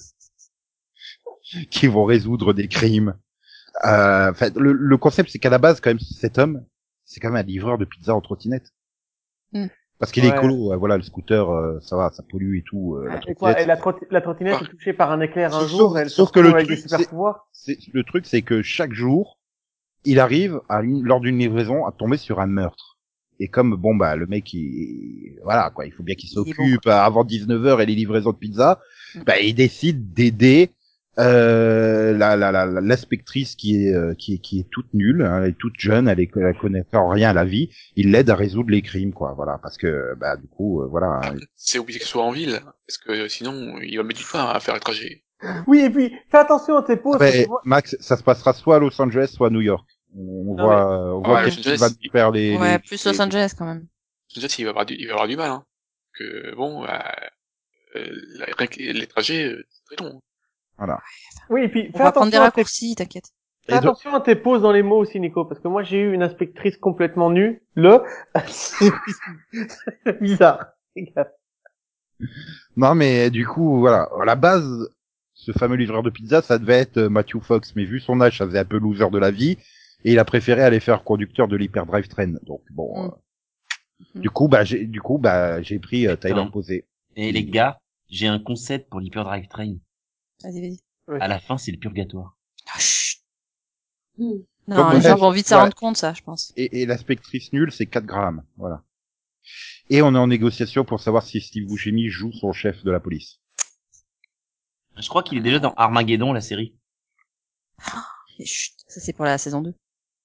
qui vont résoudre des crimes. Enfin, le concept, c'est qu'à la base, quand même, cet homme, c'est quand même un livreur de pizza en trottinette. Mm. Parce qu'il est Ouais. écolo, voilà, le scooter, ça va, ça pollue et tout, la Et quoi? trottinette. Et la trottinette est touchée par un éclair un Sauf- jour, et elle se sauf que retrouve le avec des truc, super pouvoirs? le truc, c'est que chaque jour, il arrive lors d'une livraison à tomber sur un meurtre. Et comme, bon, bah, le mec, voilà, quoi, il faut bien qu'il Il est s'occupe avant 19h et les livraisons de pizza, bah, il décide d'aider, l'inspectrice qui est toute nulle, hein, elle est toute jeune, elle connaît pas rien à la vie, il l'aide à résoudre les crimes, quoi, voilà, parce que, bah, du coup, voilà. C'est obligé que ce soit en ville, parce que sinon, il va mettre du temps à faire le trajet. Oui, et puis, fais attention à tes pauses, Ah, parce que ben, moi, Max, ça se passera soit à Los Angeles, soit à New York. On Non, voit Ouais, qu'est-ce Los qu'il Angeles, va nous faire les... Ouais, plus Los Angeles, quand même. Déjà, il va avoir du mal, hein. Que, bon, rien que les trajets, c'est très long. Voilà. oui, et puis, On fais va prendre des attention à tes raccourcis, t'inquiète. Fais attention à tes pauses dans les mots aussi, Nico, parce que moi j'ai eu une inspectrice complètement nue, c'est bizarre. Non, mais du coup, voilà. À la base, ce fameux livreur de pizza, ça devait être Matthew Fox, mais vu son âge, ça faisait un peu loser de la vie, et il a préféré aller faire conducteur de l'Hyperdrive Train. Donc bon, du coup, j'ai pris Tyler Attends. Posey. Et les gars, j'ai un concept pour l'Hyperdrive Train. Vas-y, vas-y. Ouais. À la fin, c'est le purgatoire. Ah, chut. Hmm. Non, Donc, les bref, gens vont vite s'en voilà. rendre compte, ça, je pense. Et l'inspectrice nulle, c'est 4 grammes. Voilà. Et on est en négociation pour savoir si Steve Buscemi joue son chef de la police. Je crois qu'il est déjà dans Armageddon, la série. Mais chut, ça c'est pour la saison 2.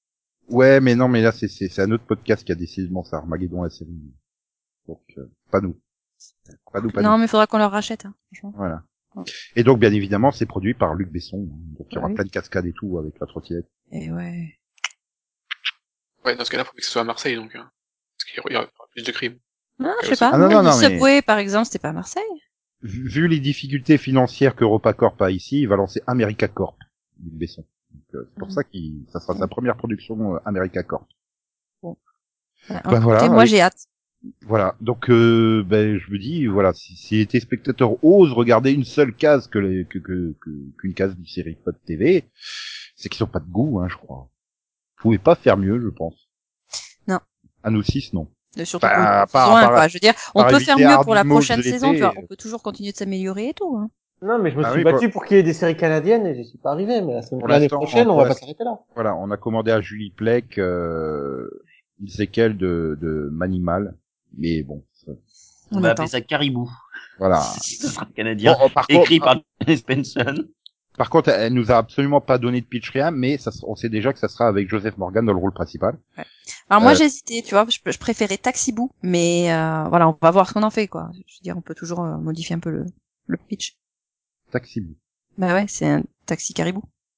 Ouais, mais non, mais là, c'est un autre podcast qui a décidé de ça, Armageddon, la série. Donc, pas nous. Pas nous. Non, mais il faudra qu'on leur rachète, hein, franchement. Voilà. Ouais. Et donc, bien évidemment, c'est produit par Luc Besson. Donc, il y aura Ouais. plein de cascades et tout avec la trottinette. Et ouais. Ouais, dans ce cas-là, faut que ce soit à Marseille, donc, hein. Parce qu'il y aura plus de crimes. Non, je sais aussi. pas. Ah non, moi, non, le non, mais- Subway, par exemple, c'était pas à Marseille. Vu les difficultés financières qu'EuropaCorp a ici, il va lancer AmericaCorp, Luc Besson. Donc, c'est pour ça ça sera sa première production AmericaCorp. Voilà. Bah, voilà, Écoutez, moi, avec- j'ai hâte. Voilà. Donc, ben, je me dis, voilà, si les téléspectateurs osent regarder une seule case qu'une case du série Pod TV, c'est qu'ils ont pas de goût, hein, je crois. Vous pouvez pas faire mieux, je pense. Non. À nous 6, non. Surtout Bah, pour saison 1, par- quoi. Je veux dire, on par peut faire éviter mieux pour la Hardy Moles prochaine de saison, tu l'été. vois. On peut toujours continuer de s'améliorer et tout, hein. Non, mais je me Ah suis oui, battu pour qu'il y ait des séries canadiennes et j'y suis pas arrivé, mais Pour l'année l'instant, prochaine, on pour va pas l'instant- s'arrêter là. Voilà, on a commandé à Julie Plec, une séquelle de Manimal. Mais bon, On On va attend. appeler ça Caribou. voilà. Ce sera canadien. Bon, Écrit par Spencer. Par contre, elle nous a absolument pas donné de pitch rien, mais on sait déjà que ça sera avec Joseph Morgan dans le rôle principal. Alors moi, j'ai hésité, tu vois. Je préférais Taxibou, mais voilà, on va voir ce qu'on en fait, quoi. Je veux dire, on peut toujours modifier un peu le pitch. Taxi. Bah ouais, c'est un taxi caribou.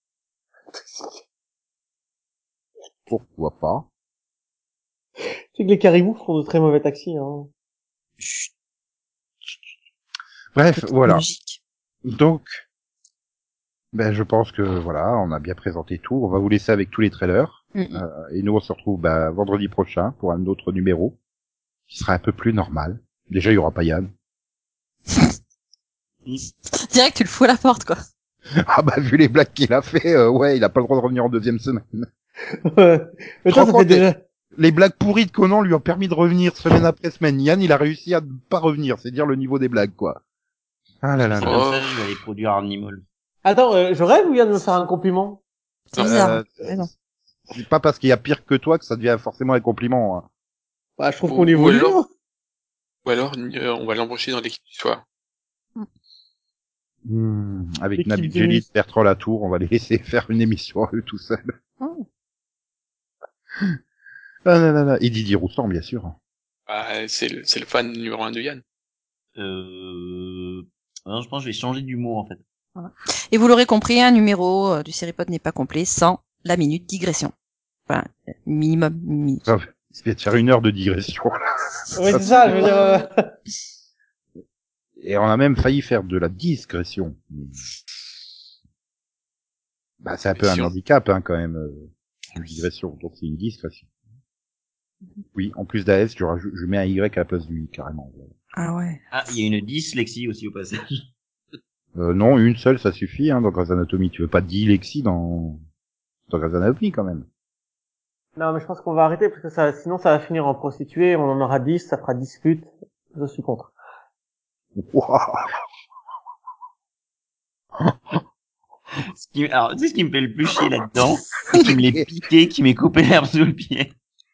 Pourquoi pas? Tu sais que les caribous font de très mauvais taxis, hein. Chut, Bref, voilà. logique. Donc, ben, je pense que voilà, on a bien présenté tout. On va vous laisser avec tous les trailers. Et nous, on se retrouve vendredi prochain pour un autre numéro qui sera un peu plus normal. Déjà, il y aura pas Yann. Direct, tu le fous à la porte, quoi. Ah bah, vu les blagues qu'il a fait, ouais, il a pas le droit de revenir en deuxième semaine. Ouais. Mais toi, ça Franchement, fait déjà... Les blagues pourries de Conan lui ont permis de revenir semaine après semaine. Yann, il a réussi à ne pas revenir. C'est dire le niveau des blagues, quoi. Ah là là C'est là. comme ça, je vais aller produire Animal. Attends, je rêve ou vient de me faire un compliment? C'est bizarre. Euh, T'as raison. C'est pas parce qu'il y a pire que toi que ça devient forcément un compliment. Hein. Bah, je trouve Ou- qu'on ou évolue. alors- hein. Ou alors, on va l'embaucher dans l'équipe du soir. Avec L'équipe Nabil du Julie, Nice. Bertrand Latour, on va les laisser faire une émission à eux tout seuls. Oh. Ah là là là. Et Didier Roustan, bien sûr. Bah, c'est le fan numéro 1 de Yann. Non, je pense que je vais changer d'humour, en fait. Et vous l'aurez compris, un numéro du Séripod n'est pas complet sans la minute digression. Enfin, minimum. Ça va te faire 1 heure de digression. Ouais, c'est ça, je veux dire... Et on a même failli faire de la discrétion. Bah, c'est un peu un handicap, hein, quand même, une digression. Donc, c'est une discrétion. Oui, en plus d'AS, je mets un Y à la place du I, carrément. Ah ouais. Ah, il y a une dyslexie aussi au passage. Non, une seule, ça suffit, hein, dans Grey's Anatomy. Tu veux pas de dilexie dans Grey's Anatomy, quand même. Non, mais je pense qu'on va arrêter parce que sinon ça va finir en prostituée, on en aura 10, ça fera dispute. Je suis contre. Alors, tu sais ce qui me fait le plus chier là-dedans? C'est qu'il me l'ait piqué, qu'il m'ait coupé l'herbe sous le pied.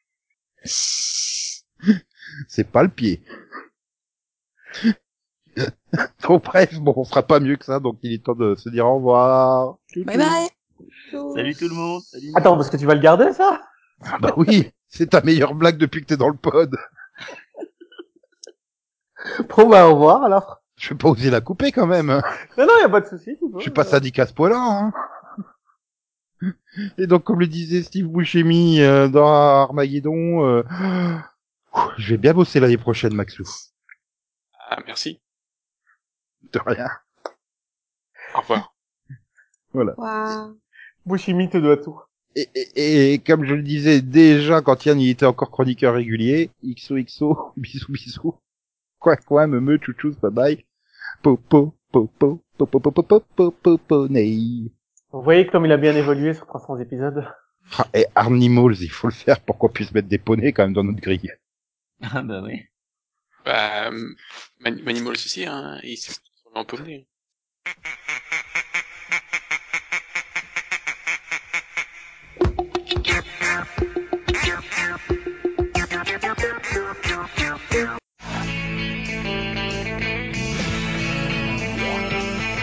C'est pas le pied. Donc bref, bon, on fera pas mieux que ça, donc il est temps de se dire au revoir. Bye bye. Salut tout le monde. Salut. Attends, parce que tu vas le garder, ça? Ah bah oui, c'est ta meilleure blague depuis que t'es dans le pod. Bon, bah, au revoir, alors. Je vais pas oser la couper quand même. Non, y a pas de souci, tu peux. Je suis pas sadique à ce point-là. Hein. Et donc, comme le disait Steve Buscemi dans Armageddon, je vais bien bosser l'année prochaine, Maxou. Ah, merci. De rien. Au revoir. Voilà. Waouh. Bushimi te doit tout. Et comme je le disais déjà quand Yann il était encore chroniqueur régulier, XOXO, bisous bisous, quoi, me chouchous, bye bye, popo, popo, popo, popo, popo, popo, ney. Vous voyez comme il a bien évolué sur 300 épisodes. Ah, et Animals, il faut le faire pour qu'on puisse mettre des poneys quand même dans notre grille. Ah bah oui. Bah, Manimals aussi, hein, il s'est un peu venu.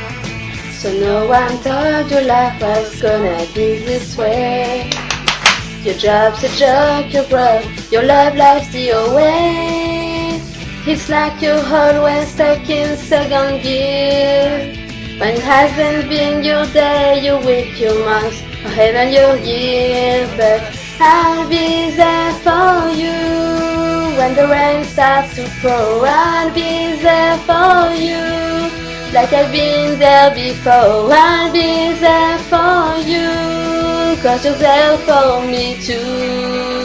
So no one told you life was gonna be this way. Your job's a joke, you're broke. Your love life's the away. It's like you're always stuck in second gear. When it hasn't been your day, your week, your month, or even your year. But I'll be there for you. When the rain starts to pour, I'll be there for you. Like I've been there before, I'll be there for you. 'Cause you're there for me too.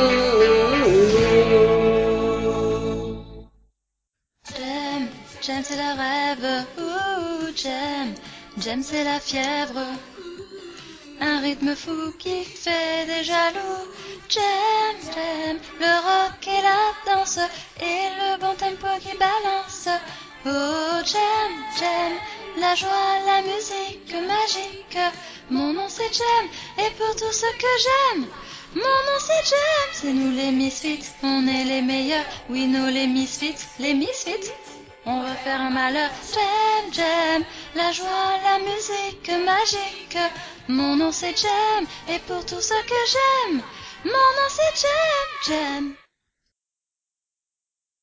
J'aime c'est le rêve, j'aime c'est la fièvre. Un rythme fou qui fait des jaloux. J'aime le rock et la danse et le bon tempo qui balance. Oh j'aime la joie, la musique magique. Mon nom c'est Jem et pour tout ce que j'aime. Mon nom c'est Jem, c'est nous les Misfits, on est les meilleurs. Oui nous les Misfits, on va faire un malheur. J'aime la joie, la musique magique. Mon nom c'est Jem et pour tout ce que j'aime. Mon nom c'est Jem.